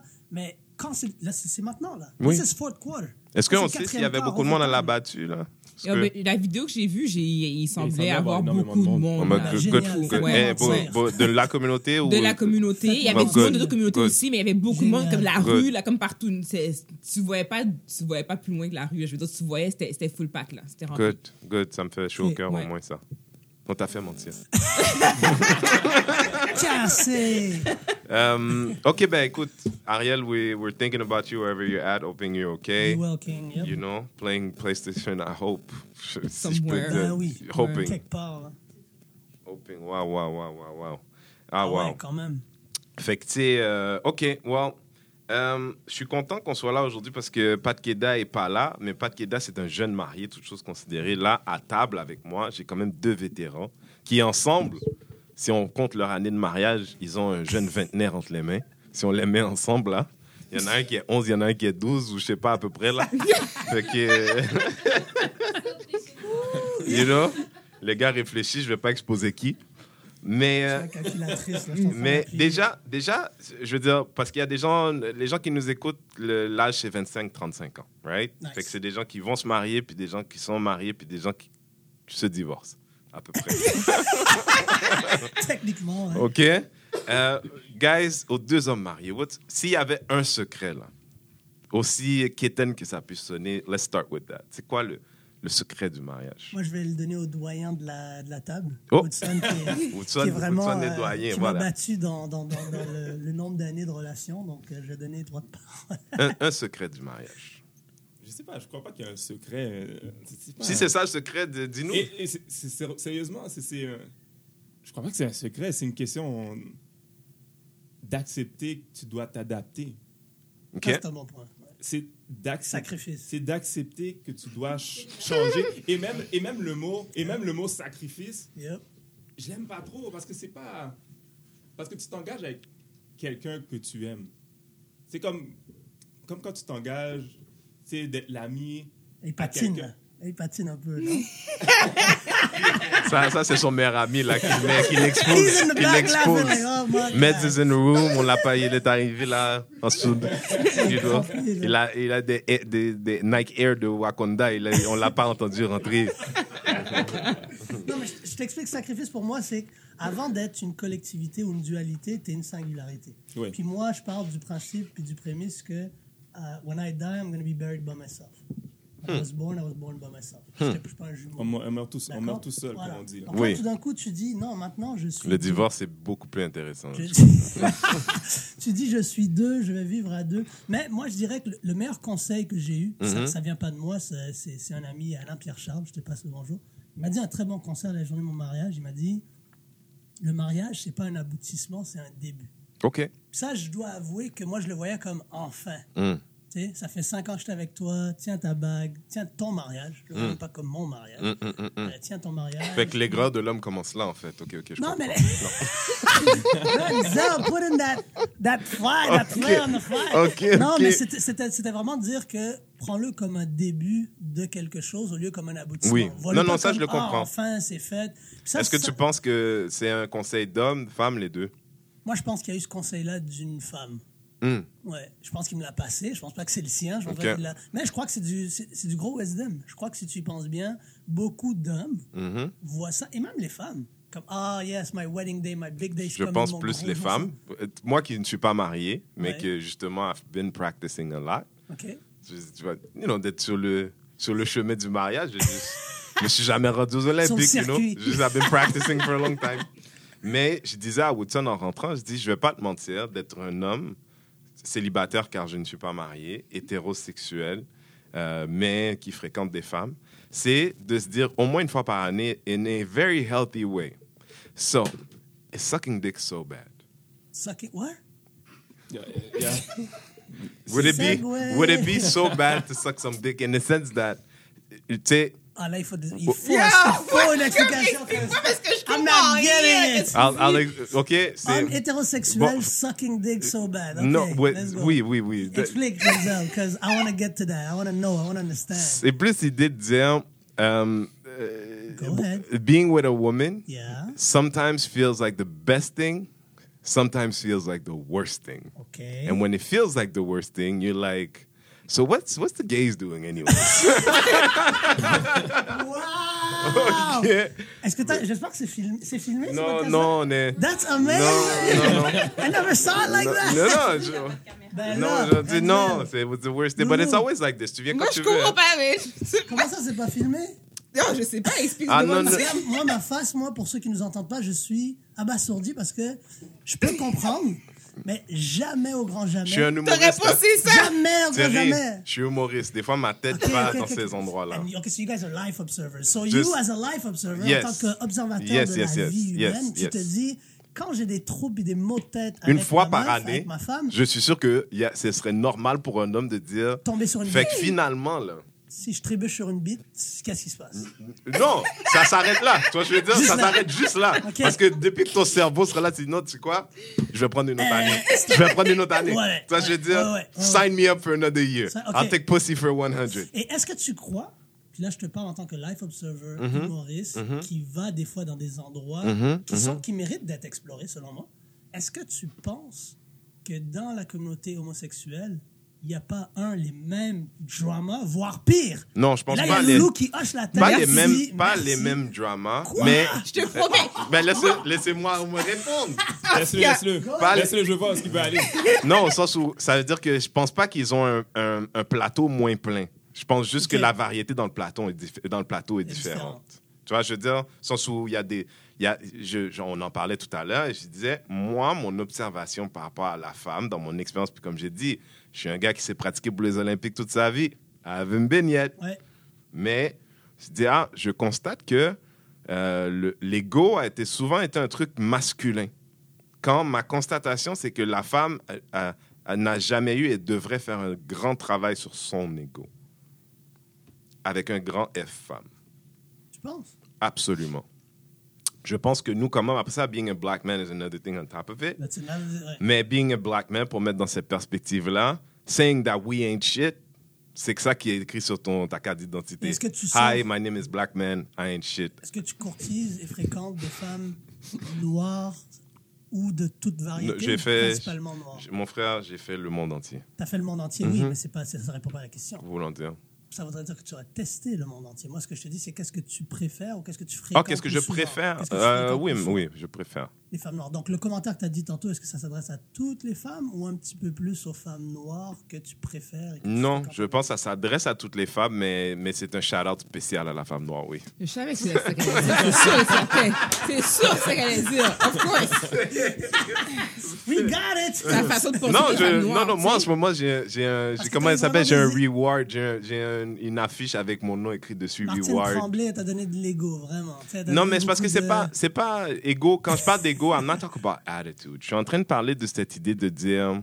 Mais quand là, c'est maintenant, là. Oui. This is fourth quarter. Est-ce C'est qu'on le sait s'il y quatrième avait quart, beaucoup de on monde à fait la comme- battue, là? Parce Ah, que- ben, la vidéo que j'ai vue, il semblait semblait avoir avoir beaucoup de énormément en monde. mode là. good- génial. good- Ouais, de la communauté ou De la communauté. Il y avait Oh, du monde good, de d'autres communautés good. aussi, mais il y avait beaucoup de monde Génial. comme la Good. rue, là, comme partout. Tu voyais pas plus loin que la rue. Je veux dire, tu voyais, c'était full pack, là. C'était rempli. Good, ça me fait chaud au cœur Ouais. au moins ça. On t'a fait mentir. Cassé! OK, ben écoute, Ariel, we're thinking about you wherever you're at, hoping you're okay. Well, King, yep. You know, playing PlayStation, I hope. Si je peux Somewhere. dire. Ah oui. Hoping. Quelque part, là. Hoping. Wow. Ah, Ah wow. ouais, quand même. Fait que, tu sais, OK, well, je suis content qu'on soit là aujourd'hui parce que Pat Keda est pas là, mais Pat Keda, c'est un jeune marié, toutes choses considérées. Là, à table avec moi, j'ai quand même 2 vétérans qui, ensemble, si on compte leur année de mariage, ils ont un jeune vingtenaire entre les mains. Si on les met ensemble, là, il y en a un qui est 11, il y en a un qui est 12, ou je sais pas, à peu près, là. Fait que... you know, les gars réfléchissent, je vais pas exposer qui. Mais... La calculatrice, là, je t'en fais Mais un déjà, je veux dire, parce qu'il y a des gens, les gens qui nous écoutent, l'âge c'est 25-35 ans, right? Nice. Fait que c'est des gens qui vont se marier, puis des gens qui sont mariés, puis des gens qui se divorcent, à peu près. Techniquement, hein. OK? Guys, aux 2 hommes mariés, s'il y avait un secret, là, aussi quétaine que ça puisse sonner, let's start with that. C'est quoi le secret du mariage? Moi, je vais le donner au doyen de la table. Oh! Woodson, Woodson, qui est vraiment Woodson est doyen, qui voilà. m'a battu dans le nombre d'années de relation. Donc, je vais donner droit de parole. Un secret du mariage. Je sais pas, je crois pas qu'il y a un secret. Pas Si c'est ça le secret, dis-nous. Et sérieusement, je crois pas que c'est un secret, c'est une question d'accepter que tu dois t'adapter. OK? Ça, c'est un bon point. Ouais. C'est Sacrifice. C'est d'accepter que tu dois changer. Et même le mot sacrifice, Yep. je l'aime pas trop parce que c'est pas parce que tu t'engages avec quelqu'un que tu aimes. C'est comme quand tu t'engages, tu sais, d'être l'ami. Il patine. quelqu'un. Là. Il patine un peu, non? Ça c'est son meilleur ami là, qui He's l'expose. in the Qui back l'expose. laughing like, oh my Meds God. is in the room, on l'a pas, il est arrivé là en sous. Il a des Nike Air de Wakanda, on l'a pas entendu rentrer. Non, mais je t'explique, sacrifice pour moi, c'est avant d'être une collectivité ou une dualité, t'es une singularité. Oui. Puis moi, je parle du principe puis du prémisse que when I die, I'm going to be buried by myself. When I was born by myself. Je suis pas un jumeau. On meurt tout D'accord? seul, Voilà. comme on dit. Là. Donc Oui. là, tout d'un coup, tu dis, non, maintenant, je suis... Le divorce est beaucoup plus intéressant. Tu dis, je suis 2, je vais vivre à 2. Mais moi, je dirais que le meilleur conseil que j'ai eu, ça vient pas de moi, c'est un ami, Alain Pierre Charles, je te passe le bonjour. Il m'a dit un très bon conseil à la journée de mon mariage. Il m'a dit, le mariage, c'est pas un aboutissement, c'est un début. OK. Ça, je dois avouer que moi, je le voyais comme enfin. Mm. Tu sais, ça fait 5 ans que j'étais avec toi, tiens ta bague, tiens ton mariage. Je le voyais pas comme mon mariage. Tiens ton mariage. Fait que l'aigreur de l'homme commence là en fait. OK, je Non, comprends. mais... Zell, put in that fly on the fly. OK. Non, mais c'était vraiment de dire que prends-le comme un début de quelque chose au lieu comme un aboutissement. Oui. Vois-le Non, pas ça, comme, je le comprends. Enfin, c'est fait. Puis ça, Est-ce que tu penses que c'est un conseil d'homme, de femme, les deux? Moi, je pense qu'il y a eu ce conseil-là d'une femme. Mm. Ouais, je pense qu'il me l'a passé. Je pense pas que c'est le sien. Je pense Ok. pas qu'il l'a... Mais je crois que c'est du gros wisdom. Je crois que si tu y penses bien, beaucoup d'hommes Mhm. voient ça, et même les femmes. Comme, yes, my wedding day, my big day. c'est Je comme pense mon plus gros les jour. femmes. Moi qui ne suis pas marié, mais Ouais. que justement, I've been practicing a lot. OK. Tu vois, d'être sur le chemin du mariage. Je me suis jamais rendu aux Olympiques, circuit. Just I've been practicing for a long time. Mais je disais à Woodson en rentrant, je dis, je vais pas te mentir, d'être un homme célibataire car je ne suis pas marié, hétérosexuel, mais qui fréquente des femmes, c'est de se dire au moins une fois par année, in a very healthy way. So, is sucking dick so bad? Sucking what? Yeah. Would Segue. it be so bad to suck some dick in the sense that, tu sais, Ah là, il faut une explication. Parce que je I'm comprends not getting it. OK, Un c'est... hétérosexuel Bon. sucking dick so bad. Okay, Non, let's go. oui. Explique, Denzel, because I want to get to that. I want to know. I want to understand. C'est plus l'idée de dire, Go ahead. being with a woman Yeah. sometimes feels like the best thing, sometimes feels like the worst thing. Okay. And when it feels like the worst thing, you're like, so what's the gays doing anyway? Wow! Yeah. Est-ce que j'espère que c'est filmé ce Non, podcast-là? non, on est... That's amazing! Non. I never saw it like that! Ben Non, là, je dis non, it was the worst thing. But it's always like this. Tu viens Moi, quand je tu veux. comprends pas, mais... Comment ça, c'est pas filmé? Non, je sais pas, explique. Ah, non, Parce que moi, ma face, pour ceux qui nous entendent pas, je suis abasourdi parce que je peux comprendre, mais jamais au grand jamais. Je suis un T'aurais humoriste. pensé ça? Jamais au grand Thierry, jamais. je suis humoriste. Des fois, ma tête va dans ces endroits-là. Okay, so you guys are life observers. So Just- you, as a life observer, Yes. en tant qu'observateur Yes, de yes, la yes, vie yes, humaine, tu yes. te dis, quand j'ai des troubles et des maux de tête avec Une fois ma par meuf, année, avec ma femme, je suis sûr que ce serait normal pour un homme de dire. tomber sur une Fait bite. que finalement, là. Si je trébuche sur une bite, qu'est-ce qui se passe? Non, ça s'arrête là. Toi, je veux dire, Juste ça là. s'arrête juste là. Ok. Parce que depuis que ton cerveau sera là, tu dis non, tu sais quoi? Je vais prendre une autre année. Je vais prendre une autre année. Ouais, Toi, je veux dire, ouais. sign me up for another year. Ça, ok. I'll take pussy for 100. Et est-ce que tu crois, puis là je te parle en tant que life observer, Mm-hmm. humoriste, qui va des fois dans des endroits qui méritent d'être explorés selon moi, est-ce que tu penses que dans la communauté homosexuelle, il n'y a pas les mêmes dramas, voire pire? Non, je pense Là, il y pas a les- Loulou qui hoche la tête. Pas les Merci, mêmes merci. dramas, Quoi? mais Je te promets. ben laissez-moi me répondre. Laisse-le. Pas les- Laisse-le, je vois où est-ce qu'il veut aller. Non, au sens où ça veut dire que je pense pas qu'ils ont un plateau moins plein. Je pense juste Ok. que la variété dans le plateau est différente. différente. Tu vois, je veux dire, au sens où il y a des... on en parlait tout à l'heure et je disais, moi, mon observation par rapport à la femme, dans mon expérience, puis comme j'ai dit, je suis un gars qui s'est pratiqué pour les Olympiques toute sa vie. I haven't been yet. Ouais. Mais je constate que l'ego a souvent été un truc masculin. Quand ma constatation, c'est que la femme n'a jamais eu et devrait faire un grand travail sur son ego. Avec un grand F femme. Tu penses? Absolument. Je pense que nous, quand même, après ça, being a black man is another thing on top of it. Là, tu- là, ouais. Mais being a black man, pour mettre dans cette perspective-là, saying that we ain't shit, c'est que ça qui est écrit sur ta carte d'identité. Est-ce que tu Hi, sens- my name is black man, I ain't shit. Est-ce que tu courtises et fréquentes des femmes noires ou de toute variété? J'ai ou fait... Principalement noires. Mon frère, j'ai fait le monde entier. T'as fait le monde entier, oui, mais ça répond pas à la question. Voulant dire. Ça voudrait dire que tu aurais testé le monde entier. Moi, ce que je te dis, c'est qu'est-ce que tu préfères ou qu'est-ce que tu fréquentes? Qu'est-ce que plus je souvent? préfère? Qu'est-ce que tu fréquentes Oui, plus souvent? oui, je préfère. Les femmes noires. Donc, le commentaire que tu as dit tantôt, est-ce que ça s'adresse à toutes les femmes ou un petit peu plus aux femmes noires que tu préfères? Et que tu Non, fréquentes? je pense que ça s'adresse à toutes les femmes, mais c'est un shout-out spécial à la femme noire, oui. Je savais que c'était ça qu'elle allait dire. C'est sûr et certain. C'est sûr que c'est ça qu'elle allait dire. Of course. We got it! Ta façon de penser Non, des femmes noires, moi en tu sais. ce moment, j'ai Parce que comment t'as elle s'appelle? J'ai vraiment un des- reward, une affiche avec mon nom écrit dessus, Martine reward. Tremblay, elle t'a donné de l'ego, vraiment. Tu sais, elle t'a Non, donné mais c'est parce que beaucoup c'est pas ego. Quand je parle d'ego, I'm not talking about attitude. Je suis en train de parler de cette idée de dire,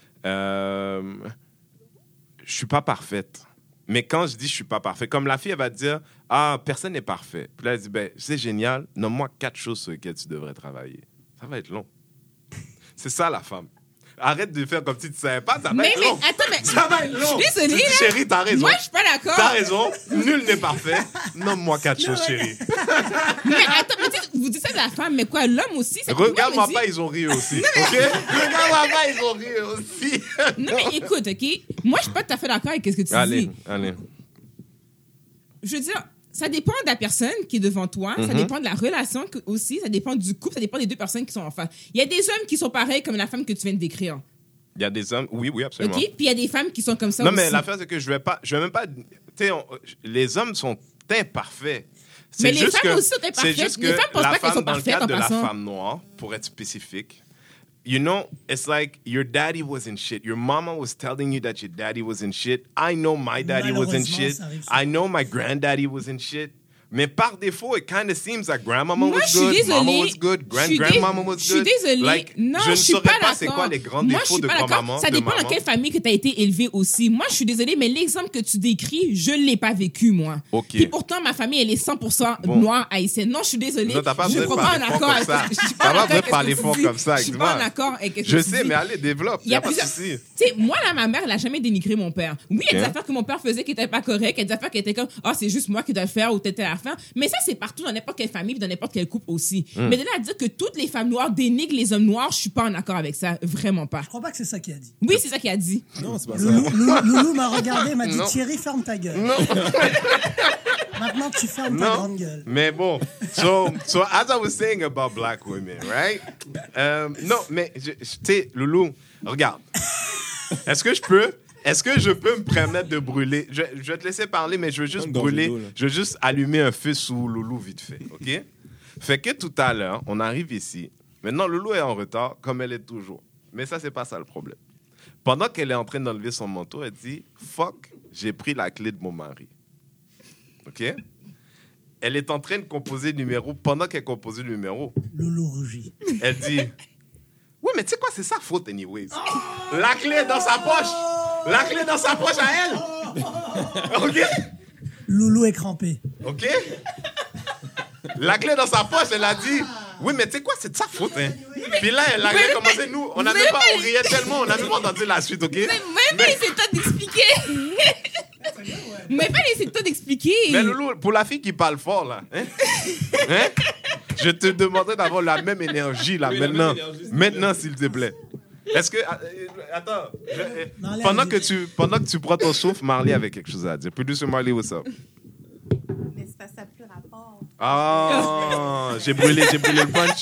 je suis pas parfaite. Mais quand je dis je suis pas parfait, comme la fille, elle va dire, personne n'est parfait. Puis là, elle dit, c'est génial, nomme-moi 4 choses sur lesquelles tu devrais travailler. Ça va être long. C'est ça, la femme. Arrête de faire comme si tu savais pas, ça va être long. Attends, mais. Ça va être long. Je suis désolée, Tu dis, là. chérie, t'as raison. Moi, je suis pas d'accord. T'as raison, nul n'est parfait. Nomme-moi 4 choses, chérie. Mais attends, mais tu sais, vous dites ça de la femme, mais quoi, l'homme aussi? c'est- Regarde-moi moi, me pas, dit- ils ont ri aussi. OK? Regarde-moi pas, ils ont ri aussi. Non, mais écoute, OK? Moi, je suis pas tout à fait d'accord avec ce que tu Allez, dis. allez. Je veux dire, ça dépend de la personne qui est devant toi, ça dépend de la relation aussi, ça dépend du couple, ça dépend des deux personnes qui sont en face. Il y a des hommes qui sont pareils comme la femme que tu viens de décrire. Il y a des hommes, oui, absolument. OK? Puis il y a des femmes qui sont comme ça Non, aussi. mais l'affaire, c'est que je vais même pas. Tu sais, les hommes sont imparfaits. C'est Mais les juste femmes que- aussi sont imparfaites. C'est juste Les que femmes pensent la pas qu'elles femme, sont dans le parfaites, cadre en de la passant. femme noire, pour être spécifique, you know, it's like your daddy was in shit. Your mama was telling you that your daddy was in shit. I know my daddy was in Malheureusement, shit. ça arrive I know my granddaddy was in shit. Mais par défaut, it kind of seems like grandmama Moi, was je suis good, désolée. mama was good, Je suis grandmama was good. Je suis désolée. Like, non, je ne suis saurais pas c'est d'accord. quoi les grands Moi, je défauts suis de pas d'accord. grand-maman. Ça dépend dans quelle famille que tu as été élevé aussi. Moi, je suis désolée, mais l'exemple que tu décris, je ne l'ai pas vécu, moi. OK. Et pourtant, ma famille, elle est 100% noire haïtienne. Non, je suis désolée. Non, t'as pas je ne besoin suis de pas en parler fort accord comme ça. avec ce que je suis T'as pas pas en besoin de accord parler avec ce que fort tu dis. comme ça, Je suis excuse-moi. pas en accord avec ce que Je tu sais, dis. mais allez, développe. Il n'y a pas de souci. Tu sais, moi, là, ma mère, elle a jamais dénigré mon père. Oui, il y a des Ok. affaires que mon père faisait qui n'étaient pas correctes, il y a des affaires qui étaient comme, c'est juste moi qui dois le faire ou t'étais à la fin. Mais ça, c'est partout dans n'importe quelle famille, dans n'importe quel couple aussi. Mais de là à dire que toutes les femmes noires dénigrent les hommes noirs, je suis pas en accord avec ça. Vraiment pas. Je crois pas que c'est ça qu'il a dit. Oui, c'est ça qu'il a dit. Non, c'est pas ça. Loulou m'a regardé, m'a dit Non. Thierry, ferme ta gueule. Maintenant, tu fermes ta Non, grande gueule. mais bon. So as I was saying about black women, right? Non, mais tu sais, Loulou, regarde. Est-ce que je peux me permettre de brûler? Je vais te laisser parler, mais je veux juste Comme dans brûler. Judo, là. Je veux juste allumer un feu sous Loulou vite fait, OK? Fait que tout à l'heure, on arrive ici. Maintenant, Loulou est en retard, comme elle est toujours. Mais ça, c'est pas ça le problème. Pendant qu'elle est en train d'enlever son manteau, elle dit « Fuck, j'ai pris la clé de mon mari. » OK? Elle est en train de composer le numéro. Pendant qu'elle compose le numéro, Loulou rougit. elle dit « Oui, mais tu sais quoi, c'est sa faute anyways. La clé est dans sa poche. La clé est dans sa poche à elle. OK? Loulou est crampé. OK? La clé dans sa poche, elle a dit oui, mais tu sais quoi, c'est de sa faute. Hein. Puis là, elle a commencé, nous, on n'avait pas, on riait tellement, on n'a même pas entendu la suite, OK? Vous m'avez pas laissé le temps d'expliquer. Vous m'avez pas laissé le temps d'expliquer. Mais Loulou, pour la fille qui parle fort, là, hein? Je te demanderais d'avoir la même énergie, là, Oui, la maintenant. même énergie, s'il te Maintenant, s'il te plaît. Est-ce que... attends. Non, allez, pendant, allez. que tu prends ton souffle, Marley avait quelque chose à dire. Producer Marley, what's up? Mais c'est parce que ça n'a plus rapport. Ah, j'ai brûlé le punch.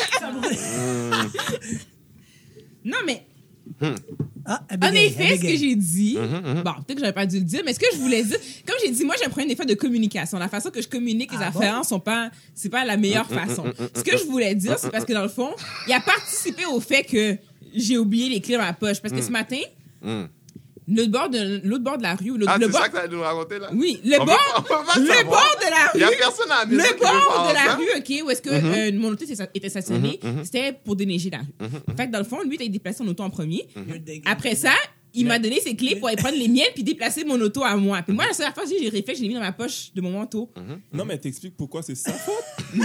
Non, mais Ah, elle en bégaye, effet, elle ce que bégaye. j'ai dit, bon, peut-être que j'aurais pas dû le dire, mais ce que je voulais dire, comme j'ai dit, moi, j'ai un problème des fois de communication. La façon que je communique les affaires c'est pas la meilleure façon. Ce que je voulais dire, c'est parce que dans le fond, il a participé au fait que j'ai oublié les clés dans ma poche. Parce que ce matin, l'autre bord de la rue, Ah, le c'est bord, ça que tu as nous raconter, là? oui, le On bord, veut pas le savoir. bord de la Il n'y a rue. personne à la maison Le qui veut faire bord de la ça. rue, OK, où est-ce que mon auto était stationné, c'était pour déneiger la rue. Fait que dans le fond, lui, il a déplacé son auto en premier. You're dégueu. Après ça, il m'a donné ses clés pour aller prendre les miennes puis déplacer mon auto à moi. Puis moi, la seule fois, j'ai réfléchi, je l'ai mis dans ma poche de mon manteau. Non, mais t'expliques pourquoi c'est sa faute.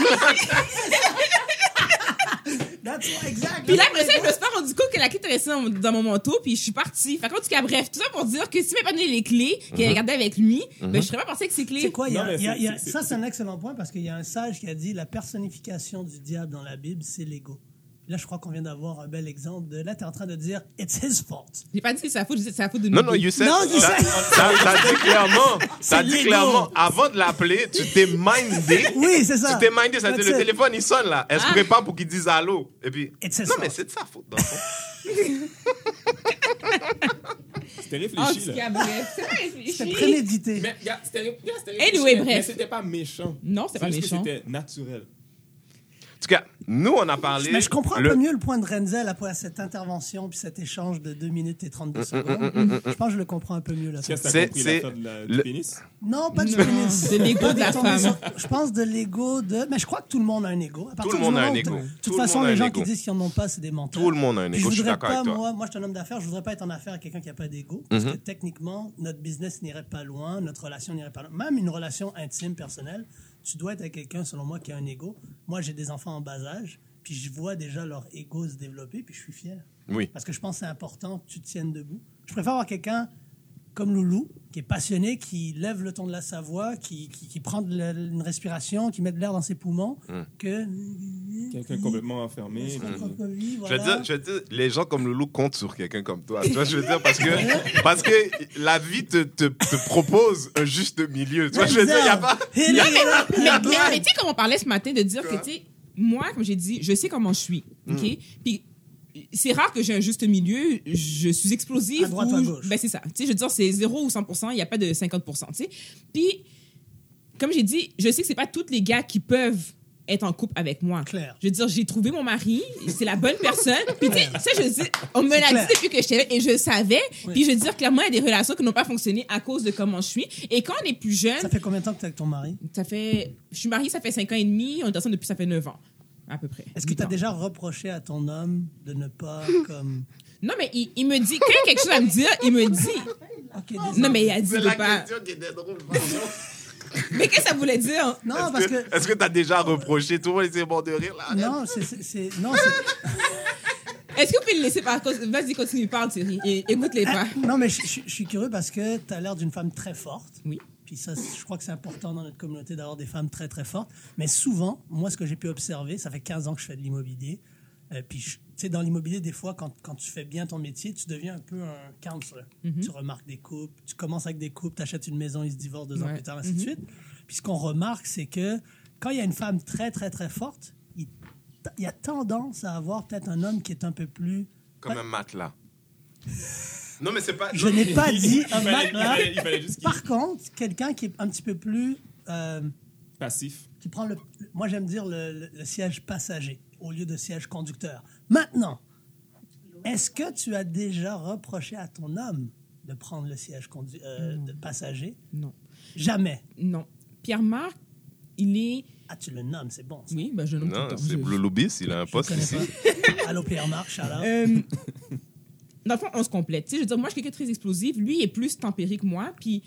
That's exact. Puis là, après ça, je me suis pas rendu compte que la clé était restée dans mon manteau, puis je suis partie. Fait qu'en tout cas, bref, tout ça pour dire que si m'avait pas donné les clés, qu'il avait gardé avec lui, ben, je serais pas partie avec ses clés. C'est quoi? Non, mais Ça, c'est un excellent point parce qu'il y a un sage qui a dit la personnification du diable dans la Bible, c'est l'ego. Là, je crois qu'on vient d'avoir un bel exemple de. Là, tu es en train de dire it's his fault. J'ai pas dit que c'est sa faute, je dis que c'est sa faute de Non, nous non, deux. you said... Non, you T'as dit clairement... T'as dit l'ego. clairement, avant de l'appeler, tu t'es mindé. Oui, c'est ça. Tu t'es mindé, ça That's dit, le it. téléphone, il sonne, là. Elle se prépare pour qu'il dise allô. Et puis... It's his Non, mais fault. c'est de sa faute, dans le fond. C'était En réfléchi, tout là. cas, bref, c'est pas réfléchi. C'est prémédité. Mais regarde, c'était Anyway, réfléchi, bref. mais c'était pas méchant. Non, c'est pas juste que méchant. C'était naturel. En tout cas, nous, on a parlé... Mais je comprends un peu mieux le point de Renzel après cette intervention puis cet échange de 2 minutes et 32 secondes. Je pense que je le comprends un peu mieux là. Qu'est-ce que C'est- t'as compris, c'est l'affaire du le- pénis? Non, pas du Non, pénis. de l'ego Pas de la tomber femme. Je pense de l'ego de. Mais je crois que tout le monde a un ego. À partir le du monde a moment un où ego. De Tout toute le façon, monde a les un gens ego. qui disent qu'ils n'en ont pas, c'est des menteurs. Tout le monde a un Puis ego, je suis voudrais d'accord pas, avec toi. moi, je suis un homme d'affaires, je voudrais pas être en affaires avec quelqu'un qui n'a pas d'ego. Parce que techniquement, notre business n'irait pas loin, notre relation n'irait pas loin. Même une relation intime, personnelle, tu dois être avec quelqu'un, selon moi, qui a un ego. Moi, j'ai des enfants en bas âge, puis je vois déjà leur ego se développer, puis je suis fier. Oui. Parce que je pense que c'est important que tu te tiennes debout. Je préfère avoir quelqu'un comme Loulou, qui est passionné, qui lève le ton de sa voix, qui prend une respiration, qui met de l'air dans ses poumons, que... Quelqu'un complètement enfermé. Sa puis- propre vie, Je veux voilà. dire, les gens comme Loulou comptent sur quelqu'un comme toi. Tu vois, je veux dire, parce que la vie te propose un juste milieu. Tu vois, je veux dire, il n'y a pas... Hit it up, Mais tu sais, comme on parlait ce matin de dire que, tu sais, moi, comme j'ai dit, je sais comment je suis. OK? Puis c'est rare que j'ai un juste milieu. Je suis explosive. À droite ou à gauche. Ben, c'est ça. Tu sais, je veux dire, c'est 0 ou 100%. Il n'y a pas de 50%. Tu sais? Puis, comme j'ai dit, je sais que c'est pas tous les gars qui peuvent être en couple avec moi. Clair. Je veux dire, j'ai trouvé mon mari, c'est la bonne personne. Puis, tu sais, ça, je veux dire, on me l'a clair. dit depuis que j'étais et je savais. Oui. Puis, je veux dire, clairement, il y a des relations qui n'ont pas fonctionné à cause de comment je suis. Et quand on est plus jeune, Ça fait combien de temps que tu es avec ton mari? je suis mariée, ça fait 5 ans et demi, on est ensemble depuis, ça fait 9 ans, à peu près. Est-ce que 8 tu as ans. déjà reproché à ton homme de ne pas comme... Non, mais il me dit, quand il y a quelque chose à me dire, il me dit. Ok, désolé. Non, mais il a dit C'est de la pas. question qui était drôle. Mais qu'est-ce que ça voulait dire? Non, parce que... Est-ce que t'as déjà reproché? Tout le monde était mort de rire, là. Non, non, Est-ce que vous pouvez le laisser par contre? Vas-y, continue, parle, Thierry. Et écoute-les pas. non, mais je suis curieux parce que tu as l'air d'une femme très forte. Oui. Puis ça, je crois que c'est important dans notre communauté d'avoir des femmes très, très fortes. Mais souvent, moi, ce que j'ai pu observer, ça fait 15 ans que je fais de l'immobilier. Puis, tu sais, dans l'immobilier, des fois, quand tu fais bien ton métier, tu deviens un peu un counselor. Tu remarques des couples, tu commences avec des couples, tu achètes une maison, ils se divorcent 2 ans Ouais. plus tard, ainsi de suite. Puis ce qu'on remarque, c'est que quand il y a une femme très, très, très forte, il y a tendance à avoir peut-être un homme qui est un peu plus... Comme un matelas. Non, mais c'est pas... Je n'ai pas dit un Il fallait- matelas. il fallait juste qu'il Par contre, quelqu'un qui est un petit peu plus... passif. qui prend moi j'aime dire le siège passager au lieu de siège conducteur. Maintenant, est-ce que tu as déjà reproché à ton homme de prendre le siège de passager? Non. Jamais. Non. Pierre-Marc, il est. Ah, tu le nommes, c'est bon. ça. Oui, ben je le nomme tout Non, le temps. c'est Blue Lubis, il a un Je poste connais ici. pas. Allô Pierre-Marc, shout out. Dans le fond, on se complète. Tu sais, je veux dire, moi, je suis quelqu'un de très explosif. Lui est plus tempéré que moi. Puis,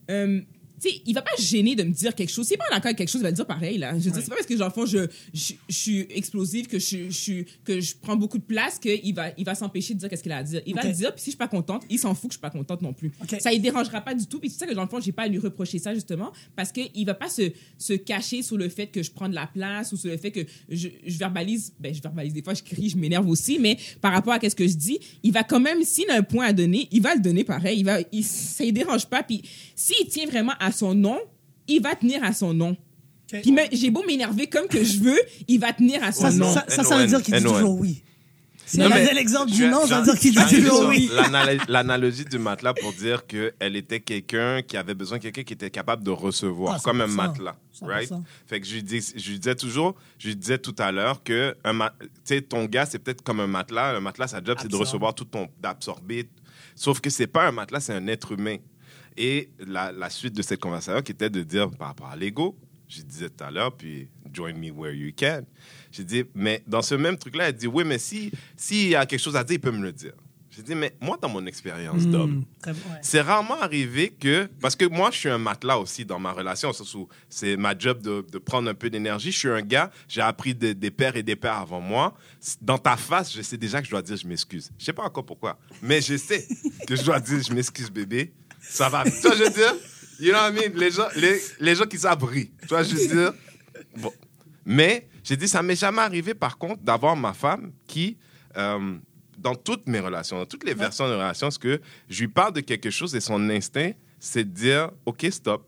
tu sais, il va pas se gêner de me dire quelque chose. S'il n'est pas en accord avec quelque chose, il va le dire pareil. Là. Je veux dire, c'est pas parce que, dans le fond, je suis explosive, que je prends beaucoup de place, qu'il va s'empêcher de dire qu'est-ce qu'il a à dire. Il va Ok. le dire, puis si je suis pas contente, il s'en fout que je suis pas contente non plus. Ok. Ça ne dérangera pas du tout. Puis c'est ça que, dans le fond, j'ai pas à lui reprocher ça, justement, parce qu'il va pas se cacher sur le fait que je prends de la place ou sur le fait que je verbalise. Ben, je verbalise. Des fois, je crie, je m'énerve aussi, mais par rapport à ce que je dis, il va quand même, s'il a un point à donner, il va le donner pareil. Ça ne dérange pas. Puis s'il tient vraiment à son nom, il va tenir à son nom. Ok. Puis j'ai beau m'énerver comme que je veux, il va tenir à son Ça, nom. ça veut dire qu'il dit NON. toujours oui. Si Non, elle mais avait l'exemple je- du non, ça veut dire qu'il dit j'ai toujours sur oui. L'analogie du matelas pour dire qu'elle était quelqu'un qui avait besoin de quelqu'un qui était capable de recevoir, Ah, comme un 100%. matelas. 100%. Right? Fait que je lui disais tout à l'heure que tu sais, ton gars, c'est peut-être comme un matelas. Un matelas, sa job, c'est de Absorbe. recevoir d'absorber. Sauf que c'est pas un matelas, c'est un être humain. Et la suite de cette conversation qui était de dire par rapport à l'ego, je disais tout à l'heure, puis join me where you can. J'ai dit, mais dans ce même truc-là, elle dit, oui, mais s'il y a quelque chose à dire, il peut me le dire. J'ai dit, mais moi, dans mon expérience d'homme, Très bon, ouais. c'est rarement arrivé que... Parce que moi, je suis un matelas aussi dans ma relation. C'est ma job de prendre un peu d'énergie. Je suis un gars, j'ai appris des pères et des pères avant moi. Dans ta face, je sais déjà que je dois dire je m'excuse. Je sais pas encore pourquoi, mais je sais que je dois dire je m'excuse, bébé. Ça va. Tu vois, je veux dire, you know what I mean? Les gens qui savent rire. Tu vois, je veux dire... Bon. Mais j'ai dit, ça m'est jamais arrivé, par contre, d'avoir ma femme qui... dans toutes mes relations, dans toutes les versions de relations, ce que je lui parle de quelque chose et son instinct, c'est de dire, OK, stop.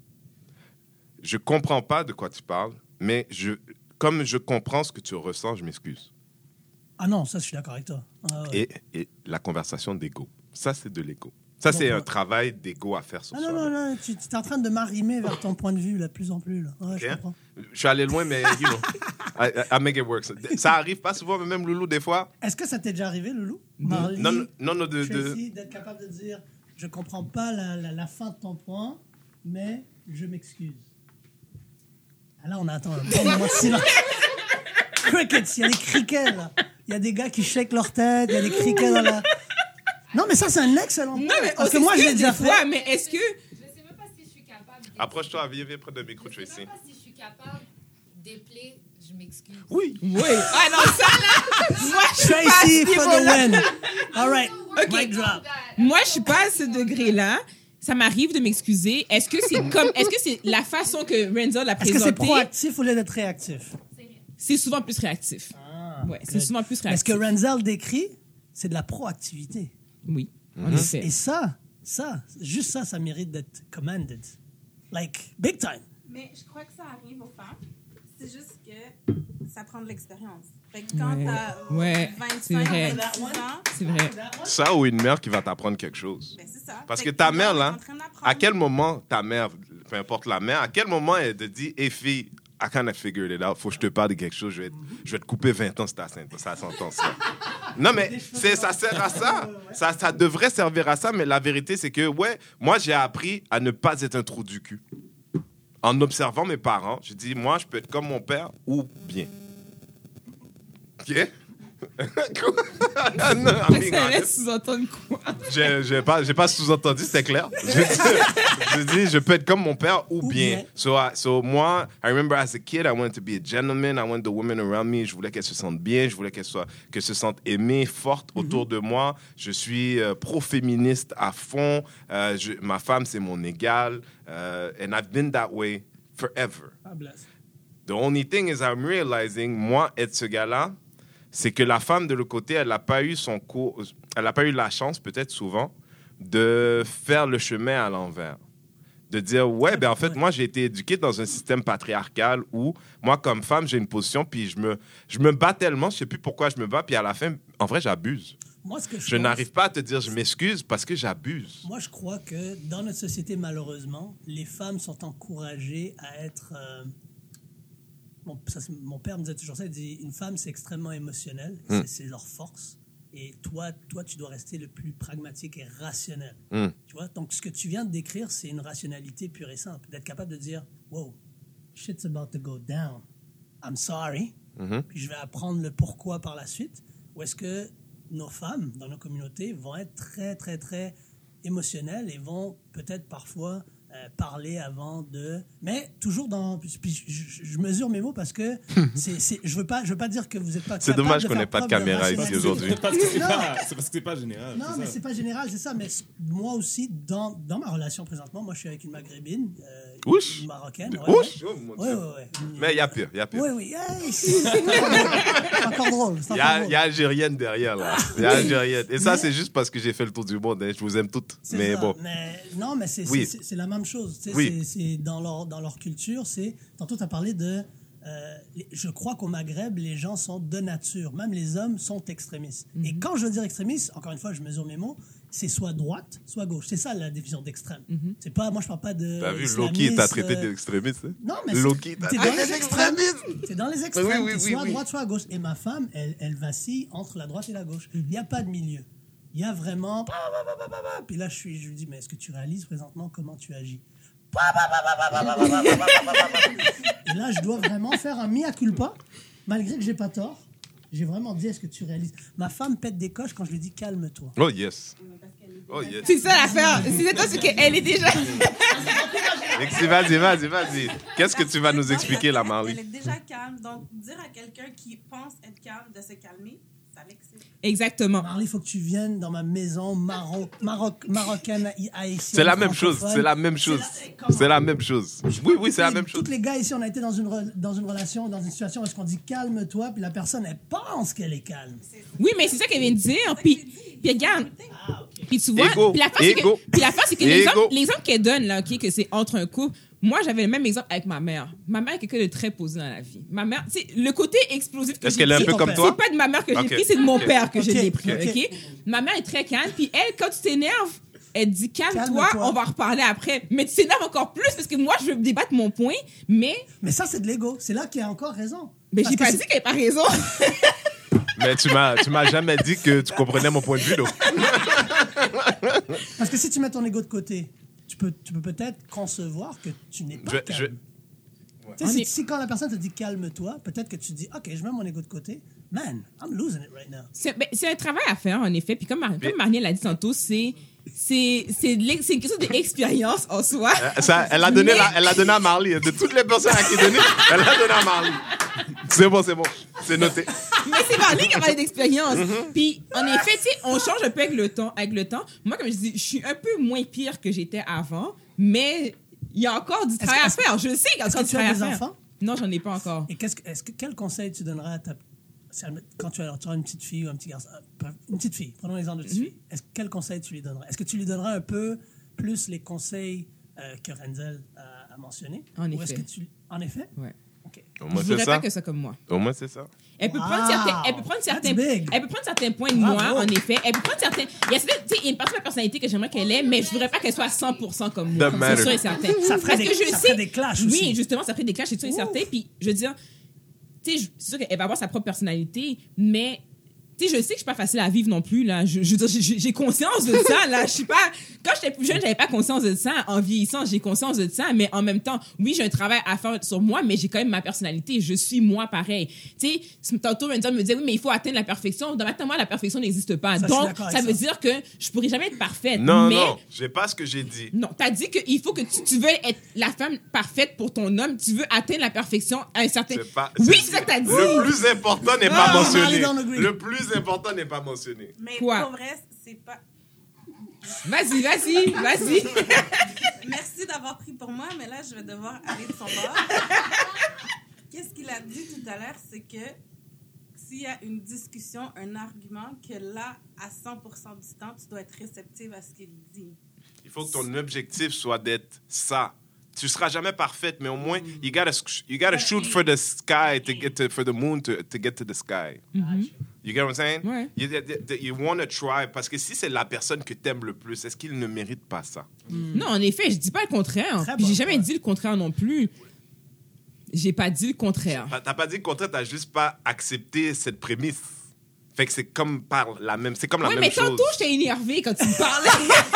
Je comprends pas de quoi tu parles, mais comme je comprends ce que tu ressens, je m'excuse. Ah non, ça, je suis d'accord avec toi. Ah, ouais. Et la conversation d'ego. Ça, c'est de l'ego. Ça, c'est un travail d'ego à faire sur Ah soi. non, non, non, tu es en train de m'arrimer vers ton point de vue, là, de plus en plus. Là. Ouais, OK? je comprends. Je suis allé loin, mais, you know, I make it work. Ça arrive pas souvent, mais même Loulou, des fois... Est-ce que ça t'est déjà arrivé, Loulou? Marley, Non, Tracy, d'être capable de dire je comprends pas la fin de ton point, mais je m'excuse. Ah, là, on attend un bon moment de silence. Crickets, il y a des crickets, là. Il y a des gars qui shake leur tête, il y a des crickets dans la... Non, mais ça, c'est un excellent point. Non, mais Parce que moi, je l'ai déjà fait. fois, mais est-ce que... Je sais même pas si je suis capable. Approche-toi, viens près de micro, Je sais Tracy. même pas si je suis capable d'épeler. Je m'excuse. Oui. Oui. Ah non, ça, là, moi, je suis pas à Tracy ce for the niveau-là. win. All right, OK. mic drop. Moi, je suis pas à ce degré-là. Ça m'arrive de m'excuser. Est-ce que c'est la façon que Renzo l'a Est-ce que c'est présenté? proactif au lieu d'être réactif? C'est souvent plus réactif. Ouais, c'est souvent plus Mais ce réactif. que Renzel décrit, c'est de la proactivité. Oui, en effet. Et ça, juste ça, ça mérite d'être commanded. Like, big time. Mais je crois que ça arrive aux femmes. C'est juste que ça prend de l'expérience. Fait que quand Ouais. t'as Ouais, c'est 25, vrai. 26 ans, C'est vrai. Ça ou une mère qui va t'apprendre quelque chose. ben c'est ça. Parce Fait que ta tout le mère, monde est là, en train d'apprendre. à quel moment ta mère, peu importe la mère, à quel moment elle te dit, hé fille, I kind of figured it out. Faut que je te parle de quelque chose. Je vais te couper 20 ans si t'as ça sentence là. Non, mais ça sert à ça. Ça devrait servir à ça, mais la vérité, c'est que, moi, j'ai appris à ne pas être un trou du cul. En observant mes parents, j'ai dit, moi, je peux être comme mon père ou bien. OK? Non, Ça laisse sous-entendre quoi? j'ai pas sous-entendu, c'était clair. Je dis, je peux être comme mon père ou bien. So moi, I remember as a kid, I wanted to be a gentleman. I wanted the women around me. Je voulais qu'elles se sentent bien. Je voulais qu'elles se sentent aimées, fortes autour de moi. Je suis pro-féministe à fond. Ma femme, c'est mon égale. And I've been that way forever. The only thing is I'm realizing, moi, être ce gars-là, c'est que la femme de l'autre côté, elle n'a pas eu la chance, peut-être souvent, de faire le chemin à l'envers. De dire, en fait, moi, j'ai été éduqué dans un système patriarcal où, moi, comme femme, j'ai une position, puis je me bats tellement, je ne sais plus pourquoi je me bats, puis à la fin, en vrai, j'abuse. Moi, je n'arrive pas à te dire, je m'excuse parce que j'abuse. Moi, je crois que dans notre société, malheureusement, les femmes sont encouragées à être... mon père me disait toujours ça, il dit une femme c'est extrêmement émotionnel, c'est leur force, et toi tu dois rester le plus pragmatique et rationnel. Tu vois, donc ce que tu viens de décrire, c'est une rationalité pure et simple, d'être capable de dire wow, shit's about to go down, I'm sorry, puis je vais apprendre le pourquoi par la suite. Ou est-ce que nos femmes dans nos communautés vont être très très très émotionnelles et vont peut-être parfois parler avant de... Mais toujours dans... Puis je mesure mes mots parce que je veux pas dire que vous n'êtes pas... C'est dommage qu'on n'ait pas de caméra ici aujourd'hui. C'est parce que c'est pas général. Non, mais c'est pas général, c'est ça. Mais moi aussi, dans ma relation présentement, moi je suis avec une maghrébine, une marocaine. Ouais. Mais il y a pire. Oui. Hey, c'est encore drôle. Il y a Algérienne derrière, là. Il y a Algérienne. Et ça, c'est juste parce que j'ai fait le tour du monde. Hein. Je vous aime toutes. Mais ça. bon. Non, mais c'est la même chose. C'est dans leur culture. Tantôt, tu as parlé de... je crois qu'au Maghreb, les gens sont de nature. Même les hommes sont extrémistes. Et quand je veux dire extrémiste, encore une fois, je mesure mes mots, c'est soit droite, soit gauche. C'est ça la définition d'extrême. C'est pas, moi, je parle pas de... T'as vu, Loki t'a traité d'extrémiste. Hein? Non, mais Loki t'a traité d'extrémiste. C'est dans les extrêmes. Soit à droite, soit à gauche. Et ma femme, elle vacille entre la droite et la gauche. Il n'y a pas de milieu. Il y a vraiment... Puis là, je lui dis, mais est-ce que tu réalises présentement comment tu agis? Et là, je dois vraiment faire un mea culpa, malgré que j'ai pas tort. J'ai vraiment dit, est-ce que tu réalises? Ma femme pète des coches quand je lui dis, calme-toi. Oh yes. C'est ça l'affaire. C'est qu'elle est déjà... Vas-y. Qu'est-ce que tu vas nous expliquer là, Marley? Elle est déjà calme, donc dire à quelqu'un qui pense être calme de se calmer, ça l'excite. Exactement. Marley, il faut que tu viennes dans ma maison marocaine, haïtienne. C'est la même chose. Oui, c'est la même chose. Tous les gars ici, on a été dans une relation, dans une situation où est-ce qu'on dit calme-toi, puis la personne, elle pense qu'elle est calme. Oui, mais c'est ça qu'elle vient de dire. Puis regarde. Puis tu vois, Ego. puis l'affaire, c'est que l'exemple qu'elle donne, là, okay, que c'est entre un couple, moi, j'avais le même exemple avec ma mère. Ma mère est quelqu'un de très posé dans la vie. Ma mère, c'est le côté explosif que Est-ce qu'elle est un peu comme toi? C'est pas de ma mère que j'ai pris, c'est de mon père que je l'ai pris. Okay? Ma mère est très calme, puis elle, quand tu t'énerves, elle dit calme-toi, on va reparler après. Mais tu t'énerves encore plus parce que moi, je veux débattre mon point, mais... Mais ça, c'est de l'ego. C'est là qu'il a encore raison. Mais j'ai pas dit qu'elle n'a pas raison. Mais tu m'as jamais dit que tu comprenais mon point de vue, donc. Parce que si tu mets ton ego de côté, tu peux peut-être concevoir que tu n'es pas calme. Si quand la personne te dit calme-toi, peut-être que tu dis ok, je mets mon ego de côté. Man, I'm losing it right now. C'est un travail à faire en effet. Puis comme Marielle l'a dit tantôt, c'est une question d'expérience en soi. Elle l'a donné à Marley. De toutes les personnes à qui donner, elle l'a donné à Marley. C'est bon. C'est noté. Mais c'est Marley qui a parlé d'expérience. Puis, en effet, tu sais, on change un peu avec le temps. Moi, comme je dis, je suis un peu moins pire que j'étais avant, mais il y a encore du travail à faire. Je sais qu'il y a encore du travail à faire. Est-ce que tu as des enfants? Non, j'en ai pas encore. Et quel conseil tu donneras à quand tu auras une petite fille ou un petit garçon, une petite fille, prenons l'exemple de petite fille, quel conseil tu lui donneras? Est-ce que tu lui donneras un peu plus les conseils que Renzel a mentionnés? En effet. En effet? Ouais. Au Je moins, c'est voudrais pas ça. que ça comme moi. Au moins, c'est ça. Elle peut Wow. prendre certains, That's big. elle peut prendre certains points de Bravo. moi, en effet. Elle peut prendre certains, il y a certaines, tu sais, il y a une partie de ma personnalité que j'aimerais qu'elle ait, mais je voudrais pas qu'elle soit 100% comme moi. Doesn't matter. C'est sûr et certain. Ça ferait Parce des- que je ça sais, ferait des clashs aussi. Oui, justement, ça ferait des clashs, c'est sûr et certain. Puis, je veux dire, tu sais, c'est sûr qu'elle va avoir sa propre personnalité, mais tu sais, je sais que je suis pas facile à vivre non plus, là. Je veux dire, j'ai conscience de ça, là. Je suis pas... Quand j'étais plus jeune, j'avais pas conscience de ça. En vieillissant, j'ai conscience de ça. Mais en même temps, oui, j'ai un travail à faire sur moi, mais j'ai quand même ma personnalité. Je suis moi pareil. Tu sais, tantôt, un me disait, oui, mais il faut atteindre la perfection. Dans ma tête, moi, la perfection n'existe pas. Ça, je suis Donc, d'accord ça avec veut ça. dire que je pourrais jamais être parfaite. Non, mais... non, j'ai pas ce que j'ai dit. Non, t'as dit qu'il faut que tu veux être la femme parfaite pour ton homme. Tu veux atteindre la perfection à un certain... C'est pas- Oui, c'est ça que t'as dit. Le plus important n'est pas Ah, mentionné. allez dans le green. Le plus important n'est pas mentionné. Mais Quoi? pour vrai, c'est pas. Vas-y. Merci d'avoir pris pour moi, mais là, je vais devoir aller de son bord. Qu'est-ce qu'il a dit tout à l'heure, c'est que s'il y a une discussion, un argument, que là, à 100% du temps, tu dois être réceptive à ce qu'il dit. Il faut que ton objectif soit d'être ça. Tu seras jamais parfaite, mais au moins, you gotta shoot for the sky to get to, for the moon to get to the sky. You get what I'm saying? Ouais. You want to try, parce que si c'est la personne que t'aimes le plus, est-ce qu'il ne mérite pas ça? Non, en effet, je dis pas le contraire. Très Puis bon j'ai jamais point. dit le contraire non plus. J'ai pas dit le contraire. T'as pas dit le contraire, t'as juste pas accepté cette prémisse. Fait que c'est comme la même Oui, chose. mais tantôt, j'étais énervée quand tu me parlais.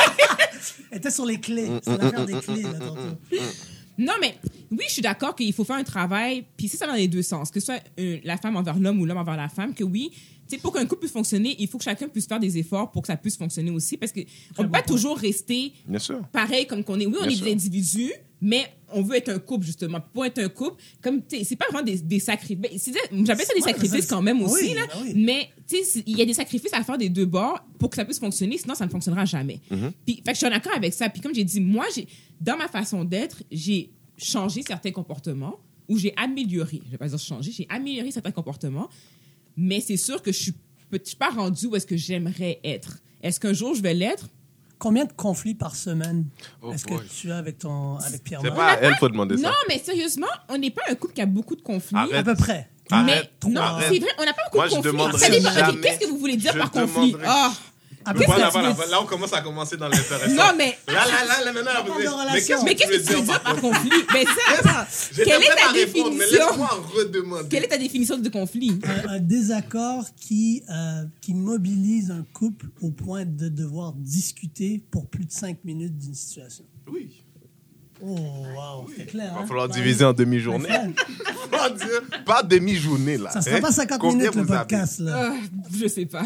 Elle était sur les clés. C'est l'affaire des clés, là, tantôt. Non, mais oui, je suis d'accord qu'il faut faire un travail, puis c'est ça dans les deux sens, que ce soit la femme envers l'homme ou l'homme envers la femme, que oui, tu sais, pour qu'un couple puisse fonctionner, il faut que chacun puisse faire des efforts pour que ça puisse fonctionner aussi, parce qu'on ne peut pas toujours rester Bien sûr. pareil comme qu'on est. Oui, on Bien est sûr. des individus, mais on veut être un couple, justement. Pour être un couple, comme, tu sais, c'est pas vraiment des sacrifices. J'appelle ça des Ouais, sacrifices ça, quand même oui, aussi, là. ben oui. Mais, tu sais, il y a des sacrifices à faire des deux bords pour que ça puisse fonctionner, sinon ça ne fonctionnera jamais. Puis, fait que je suis en accord avec ça. Puis, comme j'ai dit, moi, dans ma façon d'être, j'ai changé certains comportements ou j'ai amélioré. Je vais pas dire changer, j'ai amélioré certains comportements, mais c'est sûr que je suis pas rendue où est-ce que j'aimerais être. Est-ce qu'un jour je vais l'être? Combien de conflits par semaine Oh est-ce boy. que tu as avec Pierre C'est Marc? pas à elle qu'il faut demander ça. Non, mais sérieusement, on n'est pas un couple qui a beaucoup de conflits. Arrête. À peu près. Mais Arrête, non, arrête. c'est vrai, on n'a pas beaucoup Moi, de je conflits. demanderais Ça dépend. Ok, jamais- qu'est-ce que vous voulez dire je par conflit? demanderais- Ah, À peu Qu'est-ce près. que tu veux dire? Là, on commence à commencer dans l'intéressant. Non, mais... Là, maintenant, On parle de mais relation. Mais qu'est-ce que tu veux dire par conflit? Ben ça, attends. J'étais Quelle est prêt à ta répondre, mais définition? laisse-moi redemander. Quelle est ta définition de conflit? Un désaccord qui mobilise un couple au point de devoir discuter pour plus de 5 minutes d'une situation. Oui. Oh, wow, c'est clair. Il va hein? falloir Ouais. diviser en demi-journée. Ouais. Pas demi-journée, là. Ça sera Hein? pas 50 Combien minutes le vous avez? podcast, là. Je sais pas.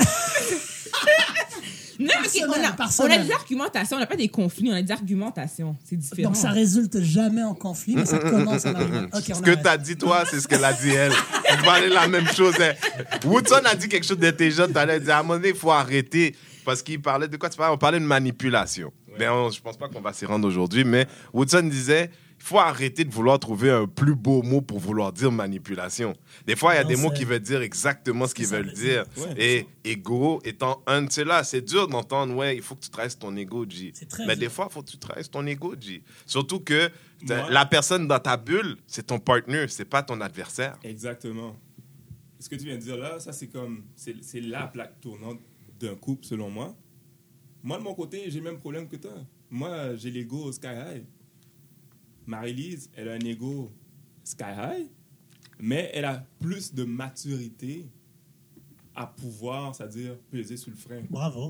Non, mais Par on a semaine. des argumentations, on n'a pas des conflits, on a des argumentations. C'est différent. Donc ça résulte jamais en conflit, mais ça commence à arriver. Ok, Ce on que arrête. t'as dit, toi, c'est ce qu'elle a dit, elle. Vous parlez la même chose. Hein. Woodson a dit quelque chose d'intelligent tout à l'heure. Il dit, à un moment donné, il faut arrêter. Parce qu'il parlait de quoi tu parlais? On parlait de manipulation. Mais je pense pas qu'on va s'y rendre aujourd'hui. Mais Woodson disait, il faut arrêter de vouloir trouver un plus beau mot pour vouloir dire manipulation. Des fois, il y a Non, des mots c'est- qui veulent dire exactement ce qu'ils ça veulent veut dire. dire. Ouais. Et ego étant un de ceux-là, c'est dur d'entendre, ouais, il faut que tu travailles ton ego, G. C'est très Mais dur. des fois, il faut que tu travailles ton ego, G. Surtout que Moi- la personne dans ta bulle, c'est ton partner, c'est pas ton adversaire. Exactement. Ce que tu viens de dire là, ça c'est comme c'est la plaque tournante d'un couple selon moi. Moi de mon côté, j'ai le même problème que toi. Moi, j'ai l'ego sky high. Marie-Lise, elle a un ego sky high, mais elle a plus de maturité à pouvoir, c'est-à-dire peser sur le frein. Bravo.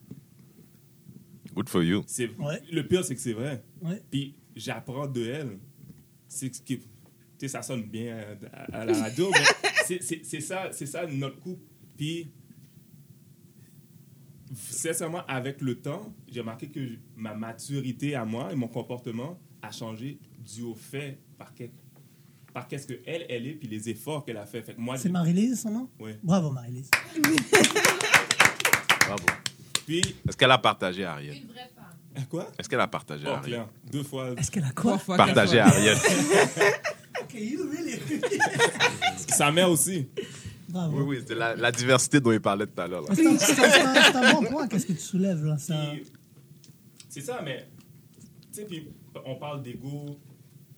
Good for you. Ouais. Le pire, c'est que c'est vrai. Ouais. Puis j'apprends de elle. C'est ce qui, tu sais, ça sonne bien à la radio, mais c'est ça notre couple. Puis sincèrement, avec le temps, j'ai remarqué que ma maturité à moi et mon comportement a changé dû au fait par qu'est-ce que elle est puis les efforts qu'elle a fait. Fait que moi, C'est Marie-Lise, son nom? Oui. Bravo, Marie-Lise. Bravo. Puis Est-ce qu'elle a partagé à Ariel? quoi? Est-ce qu'elle a partagé à Oh, Ariel? clair. 2 fois. Est-ce qu'elle a Trois quoi? fois, Partagé à quatre fois. Ariel. Ok, you really... Sa mère aussi. Bravo. Oui, oui, c'est la diversité dont il parlait tout à l'heure. là. C'est un bon point, qu'est-ce que tu soulèves, là? Ça... Puis, c'est ça, mais tu sais, puis on parle d'ego.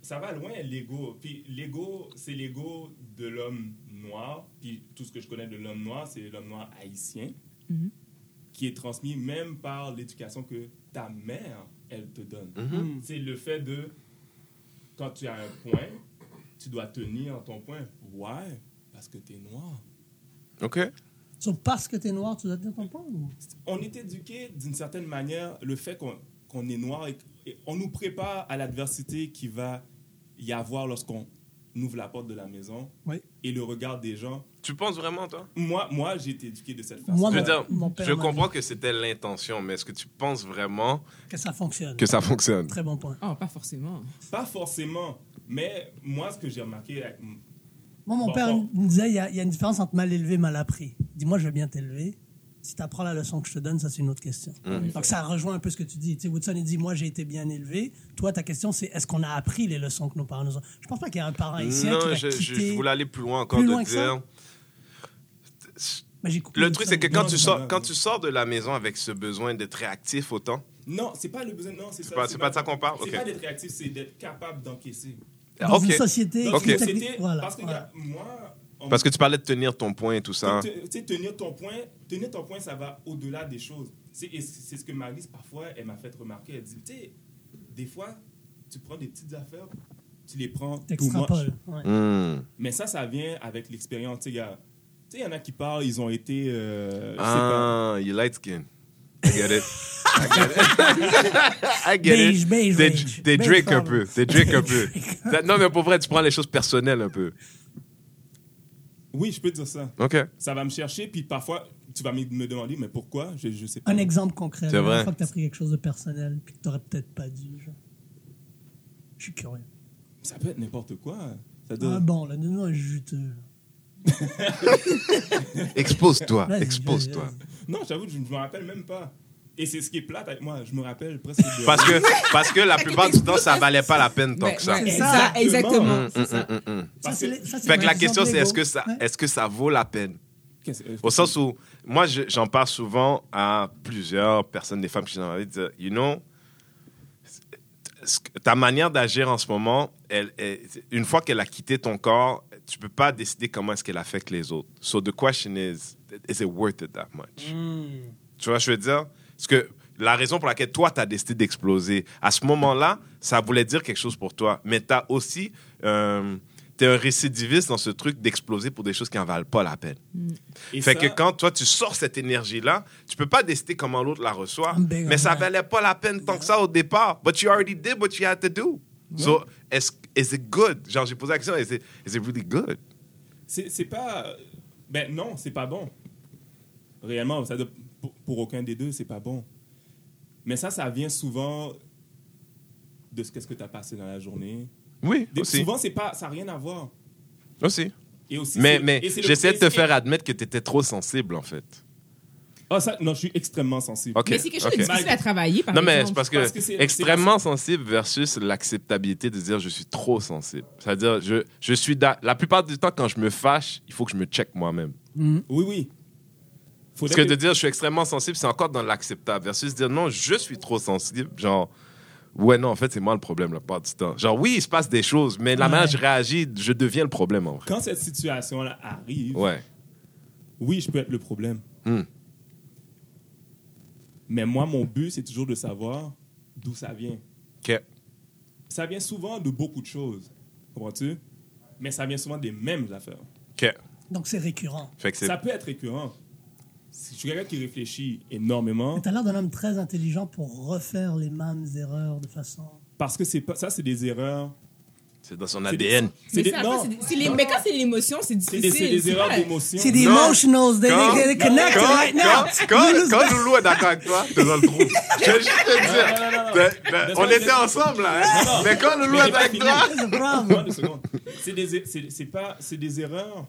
ça va loin, l'ego. Puis l'ego, c'est l'ego de l'homme noir. Puis tout ce que je connais de l'homme noir, c'est l'homme noir haïtien, qui est transmis même par l'éducation que ta mère, elle te donne. C'est le fait de, quand tu as un point, tu dois tenir ton point. Ouais, parce que tu es noir. OK. So, parce que t'es noir, tu dois tenir ton point? Ou? On est éduqué d'une certaine manière, le fait qu'on est noir, et on nous prépare à l'adversité qui va y avoir lorsqu'on ouvre la porte de la maison et le regard des gens. Tu penses vraiment, toi? Moi, j'ai été éduqué de cette façon. Moi, Je veux dire, mon père je m'a comprends dit que c'était l'intention, mais est-ce que tu penses vraiment que ça fonctionne. que ça fonctionne? Très bon point. Oh, pas forcément. Pas forcément, mais moi, ce que j'ai remarqué... Moi, mon père me disait, il y a une différence entre mal élevé et mal appris. Dis-moi, je vais bien t'élever. Si tu apprends la leçon que je te donne, ça, c'est une autre question. Donc, ça rejoint un peu ce que tu dis. Tu sais, Woodson, il dit, moi, j'ai été bien élevé. Toi, ta question, c'est, est-ce qu'on a appris les leçons que nos parents nous ont... Je pense pas qu'il y a un parent ici qui va quitter... je voulais aller plus loin encore Plus de loin que ça? dire... Mais j'ai coupé Le truc, c'est que quand Non, tu sors de la maison avec ce besoin d'être réactif autant... Non, c'est pas le besoin... Non, c'est ça. C'est pas de ça qu'on parle? C'est OK. pas d'être réactif, c'est d'être capable d'encaisser. dans une OK. société... Dans Ok. une société, Voilà, parce que voilà. moi... Parce que tu parlais de tenir ton point et tout ça. Tu sais, tenir ton point, ça va au-delà des choses. C'est ce que Maryse, parfois, elle m'a fait remarquer. Elle dit, tu sais, des fois, tu prends des petites affaires, tu les prends too much. T'extrapoles. Ouais. Mais ça vient avec l'expérience. Tu sais, il y en a qui parlent, ils ont été... je sais pas. Ah, you light skin. I get it. I get Beige, it. beige, T'es beige. t'es Beige Drake un problem. peu. T'es Drake un peu. Non, mais pour vrai, tu prends les choses personnelles un peu. Oui, je peux te dire ça. OK. Ça va me chercher, puis parfois, tu vas me demander, mais pourquoi? Je sais pas. Un exemple concret. C'est La vrai. dernière fois que t'as pris quelque chose de personnel puis que t'aurais peut-être pas dû. Genre. Je suis curieux. Ça peut être n'importe quoi. Ça Ah doit... bon, là, donne-nous un juteux. Expose-toi. Vas-y, Expose-toi. vas-y. Non, j'avoue, je ne me rappelle même pas. Et c'est ce qui est plate avec moi. Je me rappelle presque de... Parce que la plupart du temps, ça valait pas la peine tant Ouais, que ça. ouais, C'est ça. exactement. C'est ça. Ça, Parce c'est que- les- ça, c'est Fait que mon la exemple question, c'est d'ego. Ouais. est-ce que ça vaut la peine? Qu'est-ce- Au sens où, moi, j'en parle souvent à plusieurs personnes, des femmes qui sont dans la vie, de dire, you know, ta manière d'agir en ce moment, une fois qu'elle a quitté ton corps, tu peux pas décider comment est-ce qu'elle affecte les autres. So the question is it worth it that much? Tu vois, je veux dire, parce que la raison pour laquelle toi, tu as décidé d'exploser, à ce moment-là, ça voulait dire quelque chose pour toi. Mais tu as aussi... t'es un récidiviste dans ce truc d'exploser pour des choses qui n'en valent pas la peine. Et Fait ça- que quand toi, tu sors cette énergie-là, tu peux pas décider comment l'autre la reçoit, I'm big mais on ça that. valait pas la peine tant que ça au départ. But you already did what you had to do. So, is it good? Genre, j'ai posé la question, is it really good? C'est pas... Ben non, c'est pas bon. Réellement, pour aucun des deux, c'est pas bon. Mais ça vient souvent de ce qu'est-ce que tu as passé dans la journée. Oui, aussi. Souvent, c'est pas, ça n'a rien à voir. Aussi. Et aussi Mais et c'est le- j'essaie de te et- faire admettre que tu étais trop sensible, en fait. Ah, ça, non, je suis extrêmement sensible. OK. Mais c'est quelque chose OK. de difficile à travailler, par Non, mais exemple. c'est parce Parce que, que c'est extrêmement sensible versus l'acceptabilité de dire je suis trop sensible. C'est-à-dire, je suis... La plupart du temps, quand je me fâche, il faut que je me check moi-même. Oui, oui. Parce Faudrait que de dire je suis extrêmement sensible, c'est encore dans l'acceptable. Versus dire non, je suis trop sensible. Genre, ouais, non, en fait, c'est moi le problème la plupart du temps. Genre, oui, il se passe des choses, mais la manière dont je réagis, je deviens le problème, en vrai. Quand cette situation-là arrive, Ouais. oui, je peux être le problème. Mais moi, mon but, c'est toujours de savoir d'où ça vient. OK. Ça vient souvent de beaucoup de choses. Comprends-tu? Mais ça vient souvent des mêmes affaires. OK. Donc, c'est récurrent. Fait que c'est... Ça peut être récurrent. Si je suis quelqu'un qui réfléchit énormément, Mais t'as l'air d'un homme très intelligent pour refaire les mêmes erreurs de façon... parce que c'est pas, ça, c'est des erreurs. C'est dans son C'est des- ADN. C'est Mais des, ça, après, non, mais quand c'est l'émotion, c'est c'est difficile. des erreurs pas- d'émotion. C'est des Non. emotionals, they connected right now. Quand Loulou est d'accord avec toi, t'es dans le trou. Je vais juste te Non. dire. On était ensemble, là. Hein? Non. Mais quand Loulou Mais est j'ai pas avec fini. toi... That's a problem. Attends 2 secondes. C'est des erreurs.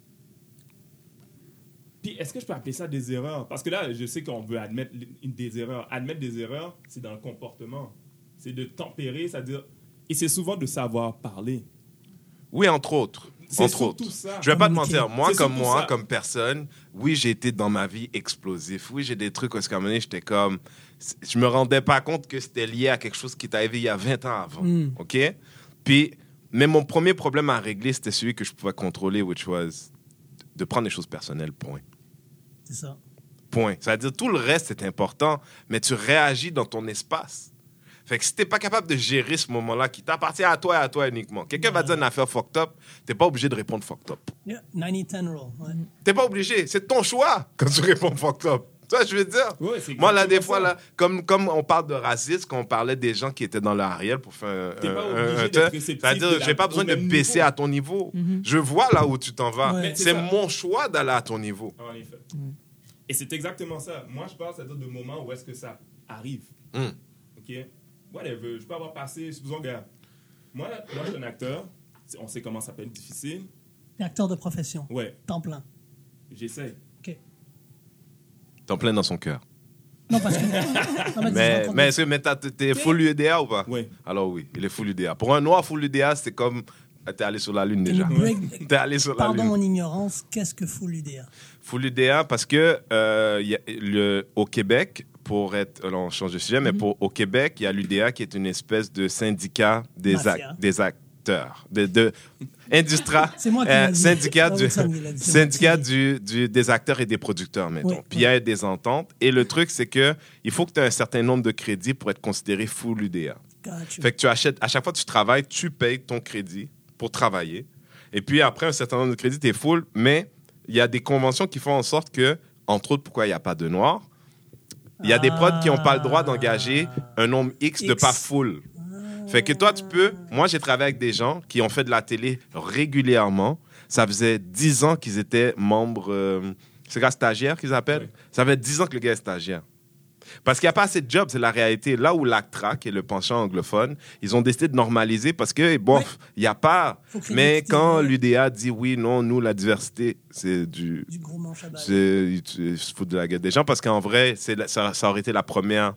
Puis est-ce que je peux appeler ça des erreurs? Parce que là, je sais qu'on veut admettre des erreurs. Admettre des erreurs, c'est dans le comportement. C'est de tempérer, c'est-à-dire... Et c'est souvent de savoir parler. Oui, entre autres. C'est Entre surtout autres. ça. Je vais pas te Communiquer. mentir. Moi, C'est comme surtout moi, ça. comme personne, oui, j'ai été dans ma vie explosif. Oui, j'ai des trucs où, à un moment donné, j'étais comme... Je me rendais pas compte que c'était lié à quelque chose qui t'est arrivé il y a 20 ans avant. OK? Mais mon premier problème à régler, c'était celui que je pouvais contrôler, which was de prendre les choses personnelles, point. C'est ça. Point. C'est-à-dire, tout le reste est important, mais tu réagis dans ton espace. Fait que si t'es pas capable de gérer ce moment-là qui t'appartient à toi et à toi uniquement, quelqu'un va dire une affaire fucked up, t'es pas obligé de répondre fucked up. Yeah, 90-10 rule. Ouais. T'es pas obligé. C'est ton choix quand tu réponds fucked up. Tu vois, je veux dire. Ouais, c'est Moi, là, des exactement fois, ça. là, comme on parle de racisme, quand on parlait des gens qui étaient dans le Ariel pour faire T'es pas un obligé d'être réceptif c'est-à-dire, de j'ai pas besoin au de même baisser niveau. à ton niveau. Je vois là où tu t'en vas. Ouais. C'est C'est ça. mon choix d'aller à ton niveau. En effet. Et c'est exactement ça. Moi, je parle, c'est-à-dire de moments où est-ce que ça arrive. Mm. OK? Whatever. Je peux avoir passé... Supposons, gars, moi, je suis un acteur. On sait comment ça peut être difficile. T'es acteur de profession. Ouais, Temps plein. j'essaie. OK. T'en plein dans son cœur. Non, parce que... non, Mais est-ce que t'es full UDA ou pas? Oui. Alors oui, il est full UDA. Pour un noir full UDA, c'est comme t'es allé sur la Lune déjà. T'es allé sur la Pardon Lune. mon ignorance, qu'est-ce que Full UDA? Full UDA parce que au Québec, pour être, là, on change de sujet, mais au Québec, il y a l'UDA qui est une espèce de syndicat des, Mafia. des acteurs, Industra, C'est moi qui l'ai dit. syndicat, Non, du, ça, il l'a dit. syndicat des acteurs et des producteurs, mettons. Oui, Puis il y a des ententes. Et le truc, c'est que il faut que tu aies un certain nombre de crédits pour être considéré full UDA. Gotcha. Fait que tu achètes, à chaque fois que tu travailles, tu payes ton crédit pour travailler. Et puis après un certain nombre de crédits, tu es full, mais il y a des conventions qui font en sorte que, entre autres, pourquoi il n'y a pas de noirs, il y a des prods qui n'ont pas le droit d'engager un nombre X de X. pas full. Fait que toi, tu peux... Moi, j'ai travaillé avec des gens qui ont fait de la télé régulièrement. Ça faisait 10 ans qu'ils étaient membres... c'est gars stagiaires qu'ils appellent? Oui. Ça fait 10 ans que le gars est stagiaire. Parce qu'il n'y a pas assez de jobs, c'est la réalité. Là où l'ACTRA, qui est le penchant anglophone, ils ont décidé de normaliser parce que, bon, il n'y a pas... Faut créer Mais l'équité, quand ouais. l'UDA dit oui, non, nous, la diversité, c'est du... Du gros manche à balles. Ils se foutent de la gueule des gens parce qu'en vrai, ça aurait été la première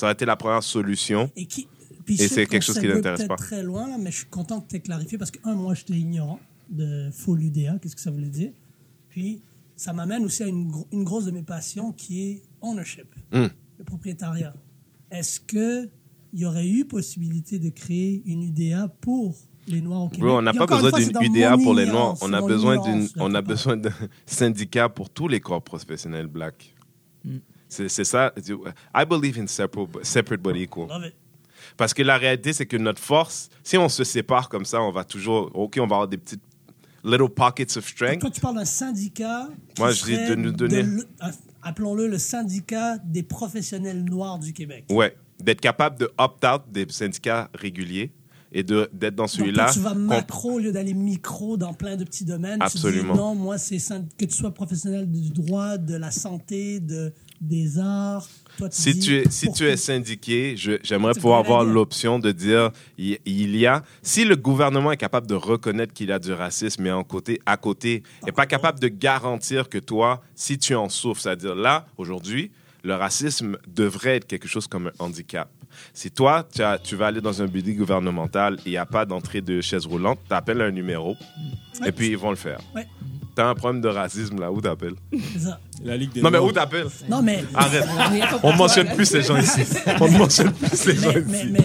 solution. Et qui... Et Puis je sais c'est qu'on quelque chose qui s'éloigne l'intéresse peut-être pas. très loin, là, mais je suis content que tu aies clarifié parce que, moi, j'étais ignorant de Full UDA, qu'est-ce que ça voulait dire. Puis, ça m'amène aussi à une grosse de mes passions qui est ownership, le propriétariat. Est-ce qu'il y aurait eu possibilité de créer une UDA pour les Noirs au Québec? Oui, on n'a Puis pas encore une besoin fois, c'est d'une dans UDA mon pour les Noirs. ignorance, On a mon besoin ignorance, là, d'un syndicat pour tous les corps professionnels black. C'est ça. I believe in separate but equal. Love it. Parce que la réalité, c'est que notre force, si on se sépare comme ça, on va toujours... OK, on va avoir des petites little pockets of strength. Toi, tu parles d'un syndicat qui Moi, je dis serait de nous donner- appelons-le le syndicat des professionnels noirs du Québec. Ouais, d'être capable de opt-out des syndicats réguliers et d'être dans Donc, celui-là. toi, tu vas qu'on- macro au lieu d'aller micro dans plein de petits domaines. Absolument. Tu dis non, moi, c'est que tu sois professionnel du droit, de la santé, des arts. Toi, tu Si dis tu es syndiqué, j'aimerais C'est pouvoir pas mal à avoir dire. l'option de dire il y a. Si le gouvernement est capable de reconnaître qu'il y a du racisme, mais à côté, n'est pas capable de garantir que toi, si tu en souffres, c'est-à-dire là, aujourd'hui, le racisme devrait être quelque chose comme un handicap. Si toi, tu vas aller dans un building gouvernemental et il n'y a pas d'entrée de chaise roulante, tu appelles un numéro Ouais. et puis ils vont le faire. Ouais. Tu as un problème de racisme là, où t'appelles? C'est ça. La Ligue des Non, mais Noirs. où t'appelles? Non, mais. Arrête. Mais y a pas On de mentionne choix, plus ces gens ici. On ne mentionne plus ces gens Mais, ici.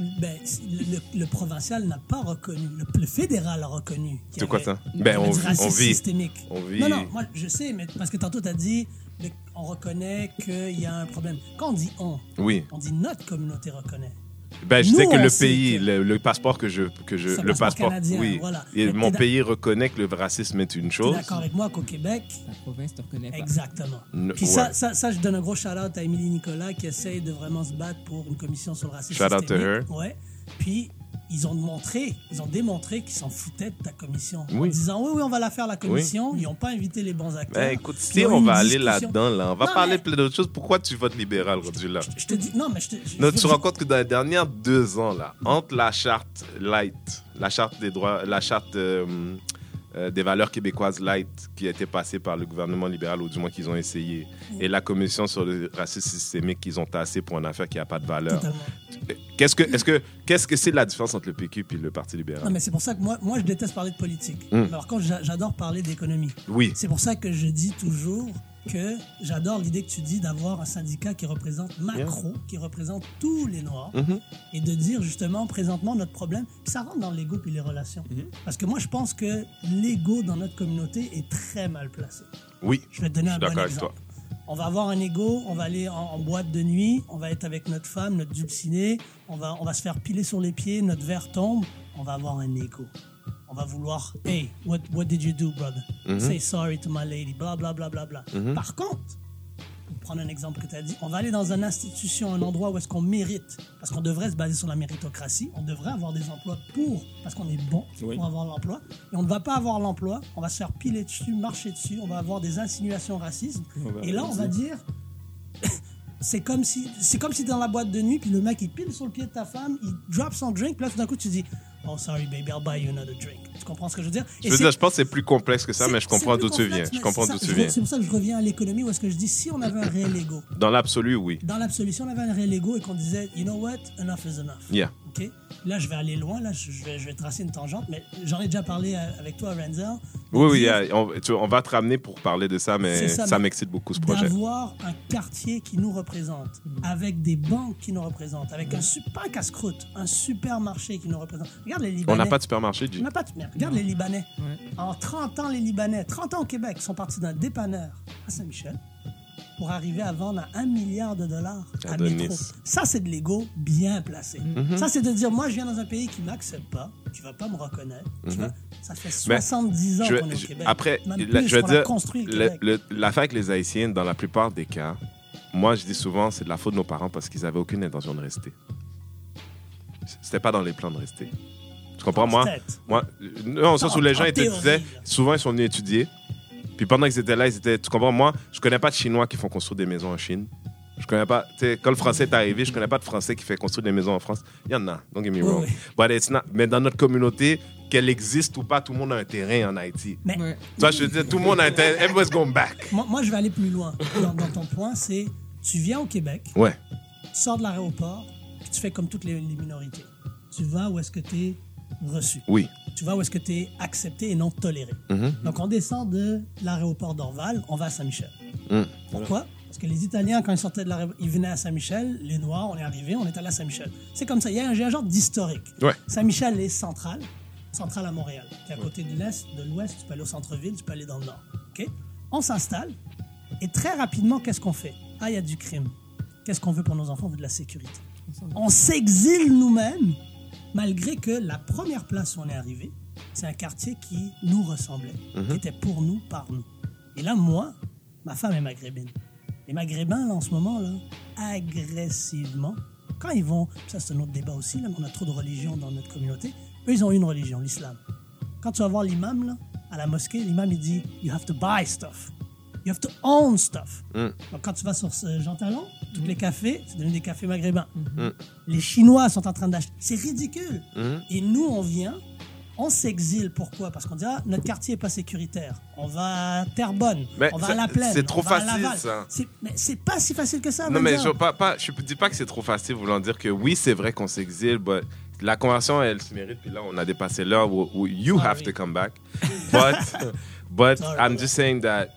le provincial n'a pas reconnu. Le fédéral a reconnu. qu'il y C'est quoi avait- ça? il y Ben, avait on du vit- racisme on vit. systémique. On vit. Non, moi, je sais, mais parce que tantôt, tu as dit on reconnaît qu'il y a un problème. Quand on dit Oui. on dit notre communauté reconnaît. Ben, je Nous, sais que on le sait pays, que- le passeport que C'est un le passeport passeport, canadien, oui. voilà. Et Mais mon t'es pays reconnaît que le racisme est une Tu es chose. d'accord avec moi qu'au Québec, La province te reconnaît pas. exactement. Puis Ouais. ça, je donne un gros shout-out à Émilie Nicolas qui essaye de vraiment se battre pour une commission sur le racisme Shout out to systémique. her. Ouais. Puis ils ont démontré qu'ils s'en foutaient de ta commission. En Oui. disant oui, on va la faire la commission. Ils n'ont pas invité les bons acteurs. Ben, écoute, Ils si ont eu on une va aller discussion. là-dedans, là, on va Non, parler mais- de plein d'autres choses. Pourquoi tu votes libéral rendu là? Je te dis, non, mais Non, tu te rends compte que dans les dernières 2 ans, là, entre la charte light, la charte des droits, la charte des valeurs québécoises light qui a été passée par le gouvernement libéral, ou du moins qu'ils ont essayé, et la commission sur le racisme systémique qu'ils ont tassé pour une affaire qui n'a pas de valeur. Totalement. Qu'est-ce que c'est la différence entre le PQ et le Parti Non, libéral? mais c'est pour ça que moi, je déteste parler de politique. Mm. Alors, quand j'adore parler d'économie. Oui. C'est pour ça que je dis toujours que j'adore l'idée que tu dis d'avoir un syndicat qui représente macro, qui représente tous les Noirs, et de dire justement présentement notre problème, puis ça rentre dans l'ego puis les relations. Parce que moi, je pense que l'ego dans notre communauté est très mal placé. Oui, Je vais te donner un bon d'accord avec exemple. toi. On va avoir un ego, on va aller en boîte de nuit, on va être avec notre femme, notre dulcinée, on va se faire piler sur les pieds, notre verre tombe, on va avoir un ego. On va vouloir, hey, what did you do, brother? Say sorry to my lady, bla bla bla bla bla. Par contre, pour prendre un exemple que tu as dit, on va aller dans une institution, un endroit où est-ce qu'on mérite, parce qu'on devrait se baser sur la méritocratie, on devrait avoir des emplois parce qu'on est bon pour avoir l'emploi, et on ne va pas avoir l'emploi, on va se faire piler dessus, marcher dessus, on va avoir des insinuations racistes, et là on va dire, c'est comme si dans la boîte de nuit, puis le mec il pile sur le pied de ta femme, il drop son drink, puis là tout d'un coup tu dis, oh sorry baby, I'll buy you another drink. Tu comprends ce que je veux dire? Je pense que c'est plus complexe que ça, mais je comprends d'où tu viens. Je comprends d'où tu viens. C'est pour ça que je reviens à l'économie, où est-ce que je dis, si on avait un réel ego. Dans l'absolu, oui. Dans l'absolu, si on avait un réel ego et qu'on disait, you know what, enough is enough. Yeah. OK? Là, je vais aller loin, là, je vais tracer une tangente, mais j'en ai déjà parlé avec toi, Renzel. Oui, on va te ramener pour parler de ça, mais ça m'excite beaucoup, ce projet. D'avoir un quartier qui nous représente, avec des banques qui nous représentent, avec un super casse-croûte, un supermarché qui nous représente. Regarde les Libanais. On n'a pas de supermarché, G. On n'a pas de... Regarde les Libanais. En 30 ans, les Libanais, 30 ans au Québec, sont partis d'un dépanneur à Saint-Michel pour arriver à vendre à $1 milliard à Métro. Ça, c'est de l'ego bien placé. Ça, c'est de dire, moi, je viens dans un pays qui ne m'accepte pas, tu ne vas pas me reconnaître. Ça fait 70 ans qu'on est au Québec. Après, je veux dire, l'affaire avec les Haïtiens, dans la plupart des cas, moi, je dis souvent, c'est de la faute de nos parents parce qu'ils n'avaient aucune intention de rester. C'était pas dans les plans de rester. Tu comprends? Non, ça, où les gens disaient, souvent, ils sont venus étudier. Puis pendant qu'ils étaient là, tu comprends? Moi, je connais pas de Chinois qui font construire des maisons en Chine. Je connais pas, tu sais, quand le français est arrivé, je connais pas de Français qui fait construire des maisons en France. Il y en a, don't get me wrong. But it's not, mais dans notre communauté, qu'elle existe ou pas, tout le monde a un terrain en Haïti. Mais, tu vois, je te dis, tout le monde a un terrain, everyone's going back. Moi, je vais aller plus loin. Dans ton point, c'est, tu viens au Québec, tu sors de l'aéroport, puis tu fais comme toutes les minorités. Tu vas où est-ce que tu es reçu. Oui. Tu vas où est-ce que tu es accepté et non toléré. Donc, on descend de l'aéroport d'Orval, on va à Saint-Michel. Pourquoi? Parce que les Italiens, quand ils sortaient de l'aéroport, ils venaient à Saint-Michel. Les Noirs, on est arrivés, on est allé à Saint-Michel. C'est comme ça. Il y a un genre d'historique. Saint-Michel est central à Montréal. Tu es à côté de l'Est, de l'Ouest, tu peux aller au centre-ville, tu peux aller dans le Nord. Okay? On s'installe et très rapidement, qu'est-ce qu'on fait? Ah, il y a du crime. Qu'est-ce qu'on veut pour nos enfants? On veut de la sécurité. On s'exile nous-mêmes, malgré que la première place où on est arrivé, c'est un quartier qui nous ressemblait, qui était pour nous, par nous. Et là, moi, ma femme est maghrébine. Les Maghrébins, là, en ce moment, là, agressivement, quand ils vont, ça c'est un autre débat aussi, là, on a trop de religions dans notre communauté, eux, ils ont une religion, l'islam. Quand tu vas voir l'imam, là, à la mosquée, l'imam, il dit « You have to buy stuff. You have to own stuff. » Donc, quand tu vas sur Jean Talon, tous les cafés, c'est devenu des cafés maghrébins. Les Chinois sont en train d'acheter. C'est ridicule. Et nous, on vient, on s'exile. Pourquoi? Parce qu'on dit, ah, notre quartier n'est pas sécuritaire. On va à Terrebonne, on va à La Plaine. C'est trop facile, ça. Mais c'est pas si facile que ça. Non, mais je ne dis pas que c'est trop facile, voulant dire que oui, c'est vrai qu'on s'exile, mais la convention, elle se mérite. Puis là, on a dépassé l'heure où you have to come back. But I'm just saying that,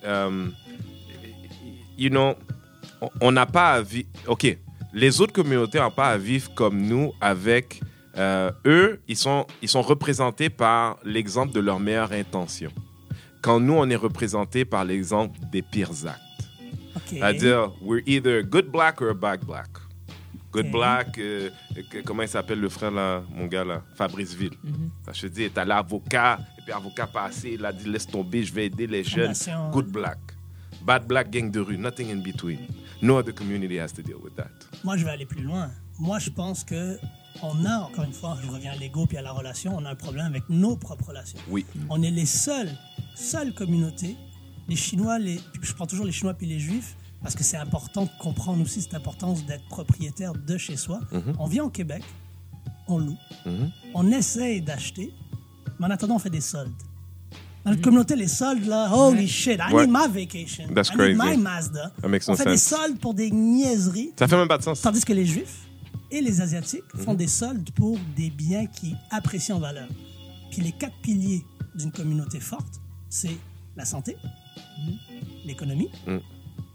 you know, on n'a pas à vivre... OK, les autres communautés n'ont pas à vivre comme nous avec... eux, ils sont représentés par l'exemple de leurs meilleures intentions. Quand nous, on est représentés par l'exemple des pires actes. C'est-à-dire, we're either good black or a bad black. Good black, comment il s'appelle le frère, là, mon gars, là? Fabrice Ville. Je te dis, t'as l'avocat, et puis l'avocat passé, il a dit, laisse tomber, je vais aider les jeunes. Good black. Bad black, gang de rue, nothing in between. No other community has to deal with that. Moi, je vais aller plus loin. Moi, je pense que on a, encore une fois, je reviens à l'ego puis à la relation, on a un problème avec nos propres relations. Oui. On est les seules communautés, les Chinois, je prends toujours les Chinois puis les Juifs, parce que c'est important de comprendre aussi cette importance d'être propriétaire de chez soi. On vient au Québec, on loue, on essaye d'acheter, mais en attendant, on fait des soldes. Dans notre communauté, les soldes, là, holy shit, I need my vacation. That's I crazy. need my Mazda. That makes no on fait sense. des soldes pour des niaiseries. Ça fait même pas de sens. Tandis que les Juifs et les Asiatiques font des soldes pour des biens qui apprécient en valeur. Puis les 4 piliers d'une communauté forte, c'est la santé, l'économie,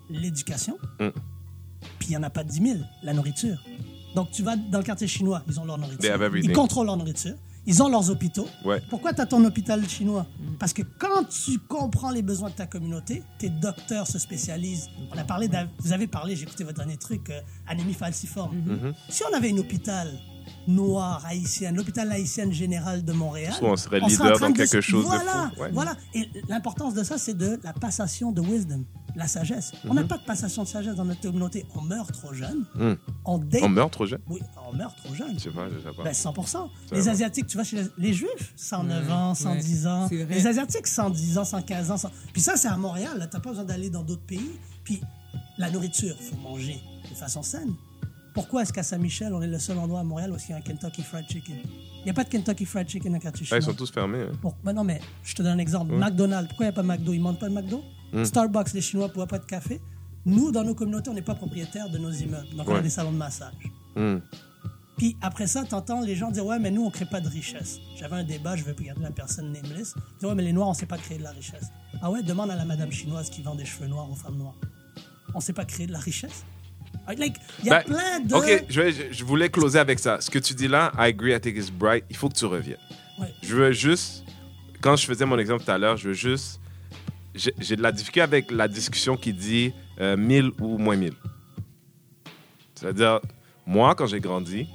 l'éducation, puis il n'y en a pas 10 000, la nourriture. Donc, tu vas dans le quartier chinois, ils ont leur They nourriture. have everything. Ils contrôlent leur nourriture. Ils ont leurs hôpitaux. Ouais. Pourquoi tu as ton hôpital chinois? Parce que quand tu comprends les besoins de ta communauté, tes docteurs se spécialisent. On a parlé, vous avez parlé, j'ai écouté votre dernier truc, anémie falciforme. Si on avait un hôpital noir haïtien, l'hôpital haïtien général de Montréal, On serait en leader train dans de quelque chose de voilà, fou. Ouais. Voilà. Et l'importance de ça, c'est de la passation de wisdom, la sagesse. On n'a pas de passation de sagesse dans notre communauté. On meurt trop jeune. On date. On meurt trop jeune? Oui, on meurt trop jeune. Je sais pas. Ben 100%. Ça Les va. Asiatiques, tu vois, chez les Juifs, 109 ans, 110 ans. c'est vrai. Les Asiatiques, 110 ans, 115 ans. Puis ça, c'est à Montréal. Tu n'as pas besoin d'aller dans d'autres pays. Puis la nourriture, il faut manger de façon saine. Pourquoi est-ce qu'à Saint-Michel, on est le seul endroit à Montréal où il y a un Kentucky Fried Chicken? Il n'y a pas de Kentucky Fried Chicken dans le quartier Ah, chinois. ils sont tous fermés. Hein. Ben non, mais je te donne un exemple. McDonald's, pourquoi il n'y a pas McDo? Ils ne montent pas de McDo? Starbucks, les Chinois ne boivent pas de café. Nous, dans nos communautés, on n'est pas propriétaires de nos immeubles. Donc, on a Ouais. des salons de massage. Hmm. Puis après ça, t'entends les gens dire « Ouais, mais nous, on ne crée pas de richesse. » J'avais un débat, je vais regarder la personne nameless. Ils disent « Ouais, mais les Noirs, on ne sait pas créer de la richesse. » Ah ouais, demande à la madame chinoise qui vend des cheveux noirs aux femmes noires. On ne sait pas créer de la richesse? Like, il y a plein de... OK, je voulais closer avec ça. Ce que tu dis là, I agree, I think it's bright. Il faut que tu reviennes. Ouais. Je veux juste... Quand je faisais mon exemple tout à l'heure, je veux juste... J'ai de la difficulté avec la discussion qui dit 1000 ou moins 1000. C'est-à-dire, moi, quand j'ai grandi,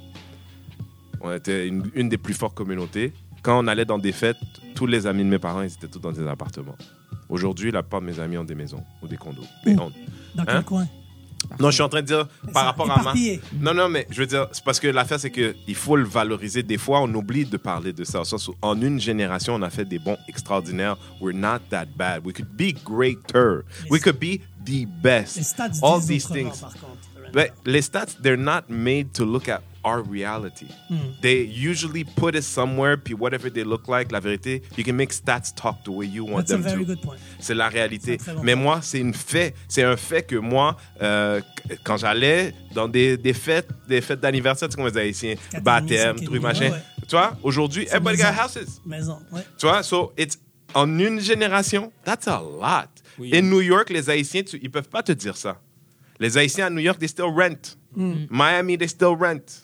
on était une des plus fortes communautés. Quand on allait dans des fêtes, tous les amis de mes parents, ils étaient tous dans des appartements. Aujourd'hui, la plupart de mes amis ont des maisons ou des condos. Mais Dans quel Hein? coin? non, je suis en train de dire par rapport à ma... Éparpillé. Non, mais je veux dire, c'est parce que l'affaire, c'est qu'il faut le valoriser. Des fois, on oublie de parler de ça. Au sens où, en une génération, on a fait des bons extraordinaires. We're not that bad. We could be greater. We could be the best. Les stats All disent these autrement, things. par contre. But les stats, they're not made to look at our reality. They usually put it somewhere, puis whatever they look like, la vérité, you can make stats talk the way you want That's a them very to. good point. C'est la réalité. C'est un très bon Mais point. moi, c'est un fait que moi, quand j'allais dans des fêtes d'anniversaire, tu sais comment les Haïtiens, Quatre baptême, demi, truc, cinq machin. ouais. Tu vois, aujourd'hui, everybody got maison. houses. Maison, ouais. Tu vois, so it's en une génération, that's a lot. Oui. In New York, les Haïtiens, ils peuvent pas te dire ça. Les Haïtiens à New York, they still rent. Miami, they still rent.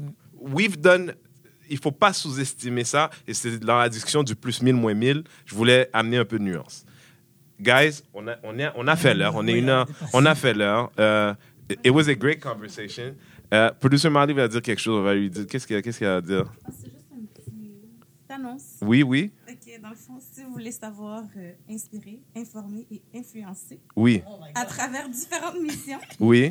We've done... Il faut pas sous-estimer ça. Et c'est dans la discussion du plus 1000, moins 1000. Je voulais amener un peu de nuance. Guys, on a fait l'heure. On est une heure. On a fait l'heure. It was a great conversation. Producer Marley va dire quelque chose. On va lui dire... Qu'est-ce qu'il a à dire? Ah, c'est juste une petite annonce. Oui. OK, dans le fond, si vous voulez savoir inspirer, informer et influencer Oui. à travers différentes missions, Oui.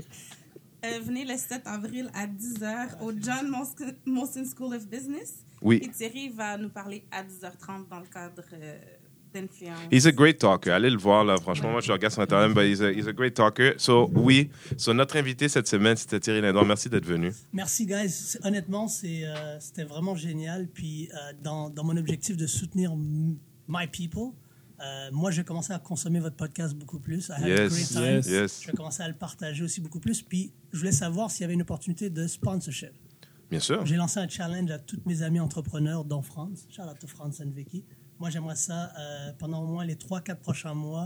venez le 7 avril à 10h au John Molson School of Business. Oui. Et Thierry va nous parler à 10h30 dans le cadre d'influence. He's a great talker. Allez le voir, là. Franchement, moi, je regarde son Instagram, but he's a great talker. So, oui. So, notre invité cette semaine, c'était Thierry Lindor. Merci d'être venu. Merci, guys. Honnêtement, c'était vraiment génial. Puis, dans mon objectif de soutenir my people, moi, j'ai commencé à consommer votre podcast beaucoup plus. I had a great time. Yes. Je vais commencer à le partager aussi beaucoup plus. Puis, je voulais savoir s'il y avait une opportunité de sponsorship. Bien sûr. J'ai lancé un challenge à tous mes amis entrepreneurs, dont Franz. Shout out to Franz and Vicky. Moi, j'aimerais ça, pendant au moins les 3-4 prochains mois,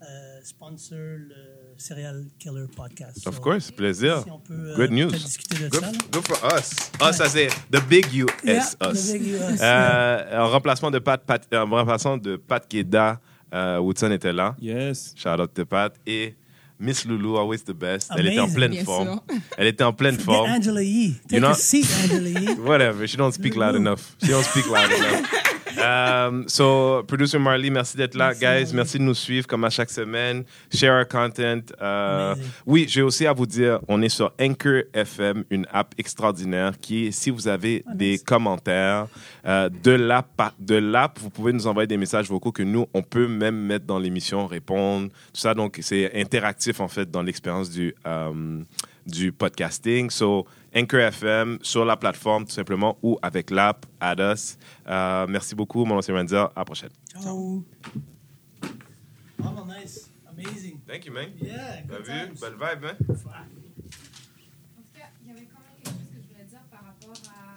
sponsor le Serial Killer Podcast. Of course, plaisir. Si on peut, Good news. peut-être discuter de ça. là. Go for us. Us, ça c'est the big US, Yeah, us. the big US, En remplacement de Pat Keda, Woodson était là. Yes. Shout out to Pat. Et Miss Loulou, always the best. Elle était en Amazing. pleine Bien forme. sûr. Elle était en pleine Get forme. Angela Yee. Take know- a seat, Angela Yee. Whatever, she don't speak loud enough. So, Producer Marley, merci d'être là. Merci, Guys, Marley. merci de nous suivre comme à chaque semaine. Share our content. Amazing. Oui, j'ai aussi à vous dire, on est sur Anchor FM, une app extraordinaire qui, si vous avez des commentaires de l'app, vous pouvez nous envoyer des messages vocaux que nous, on peut même mettre dans l'émission, répondre, tout ça. Donc, c'est interactif, en fait, dans l'expérience du podcasting. So, Anchor FM, sur la plateforme, tout simplement, ou avec l'app, add us. Merci beaucoup, mon nom c'est Renzer. À la prochaine. Ciao. Vraiment nice. Amazing. Thank you, man. Yeah, T'as good vu? times. Belle vibe, hein? En tout cas, il y avait quand même quelque chose que je voulais dire par rapport à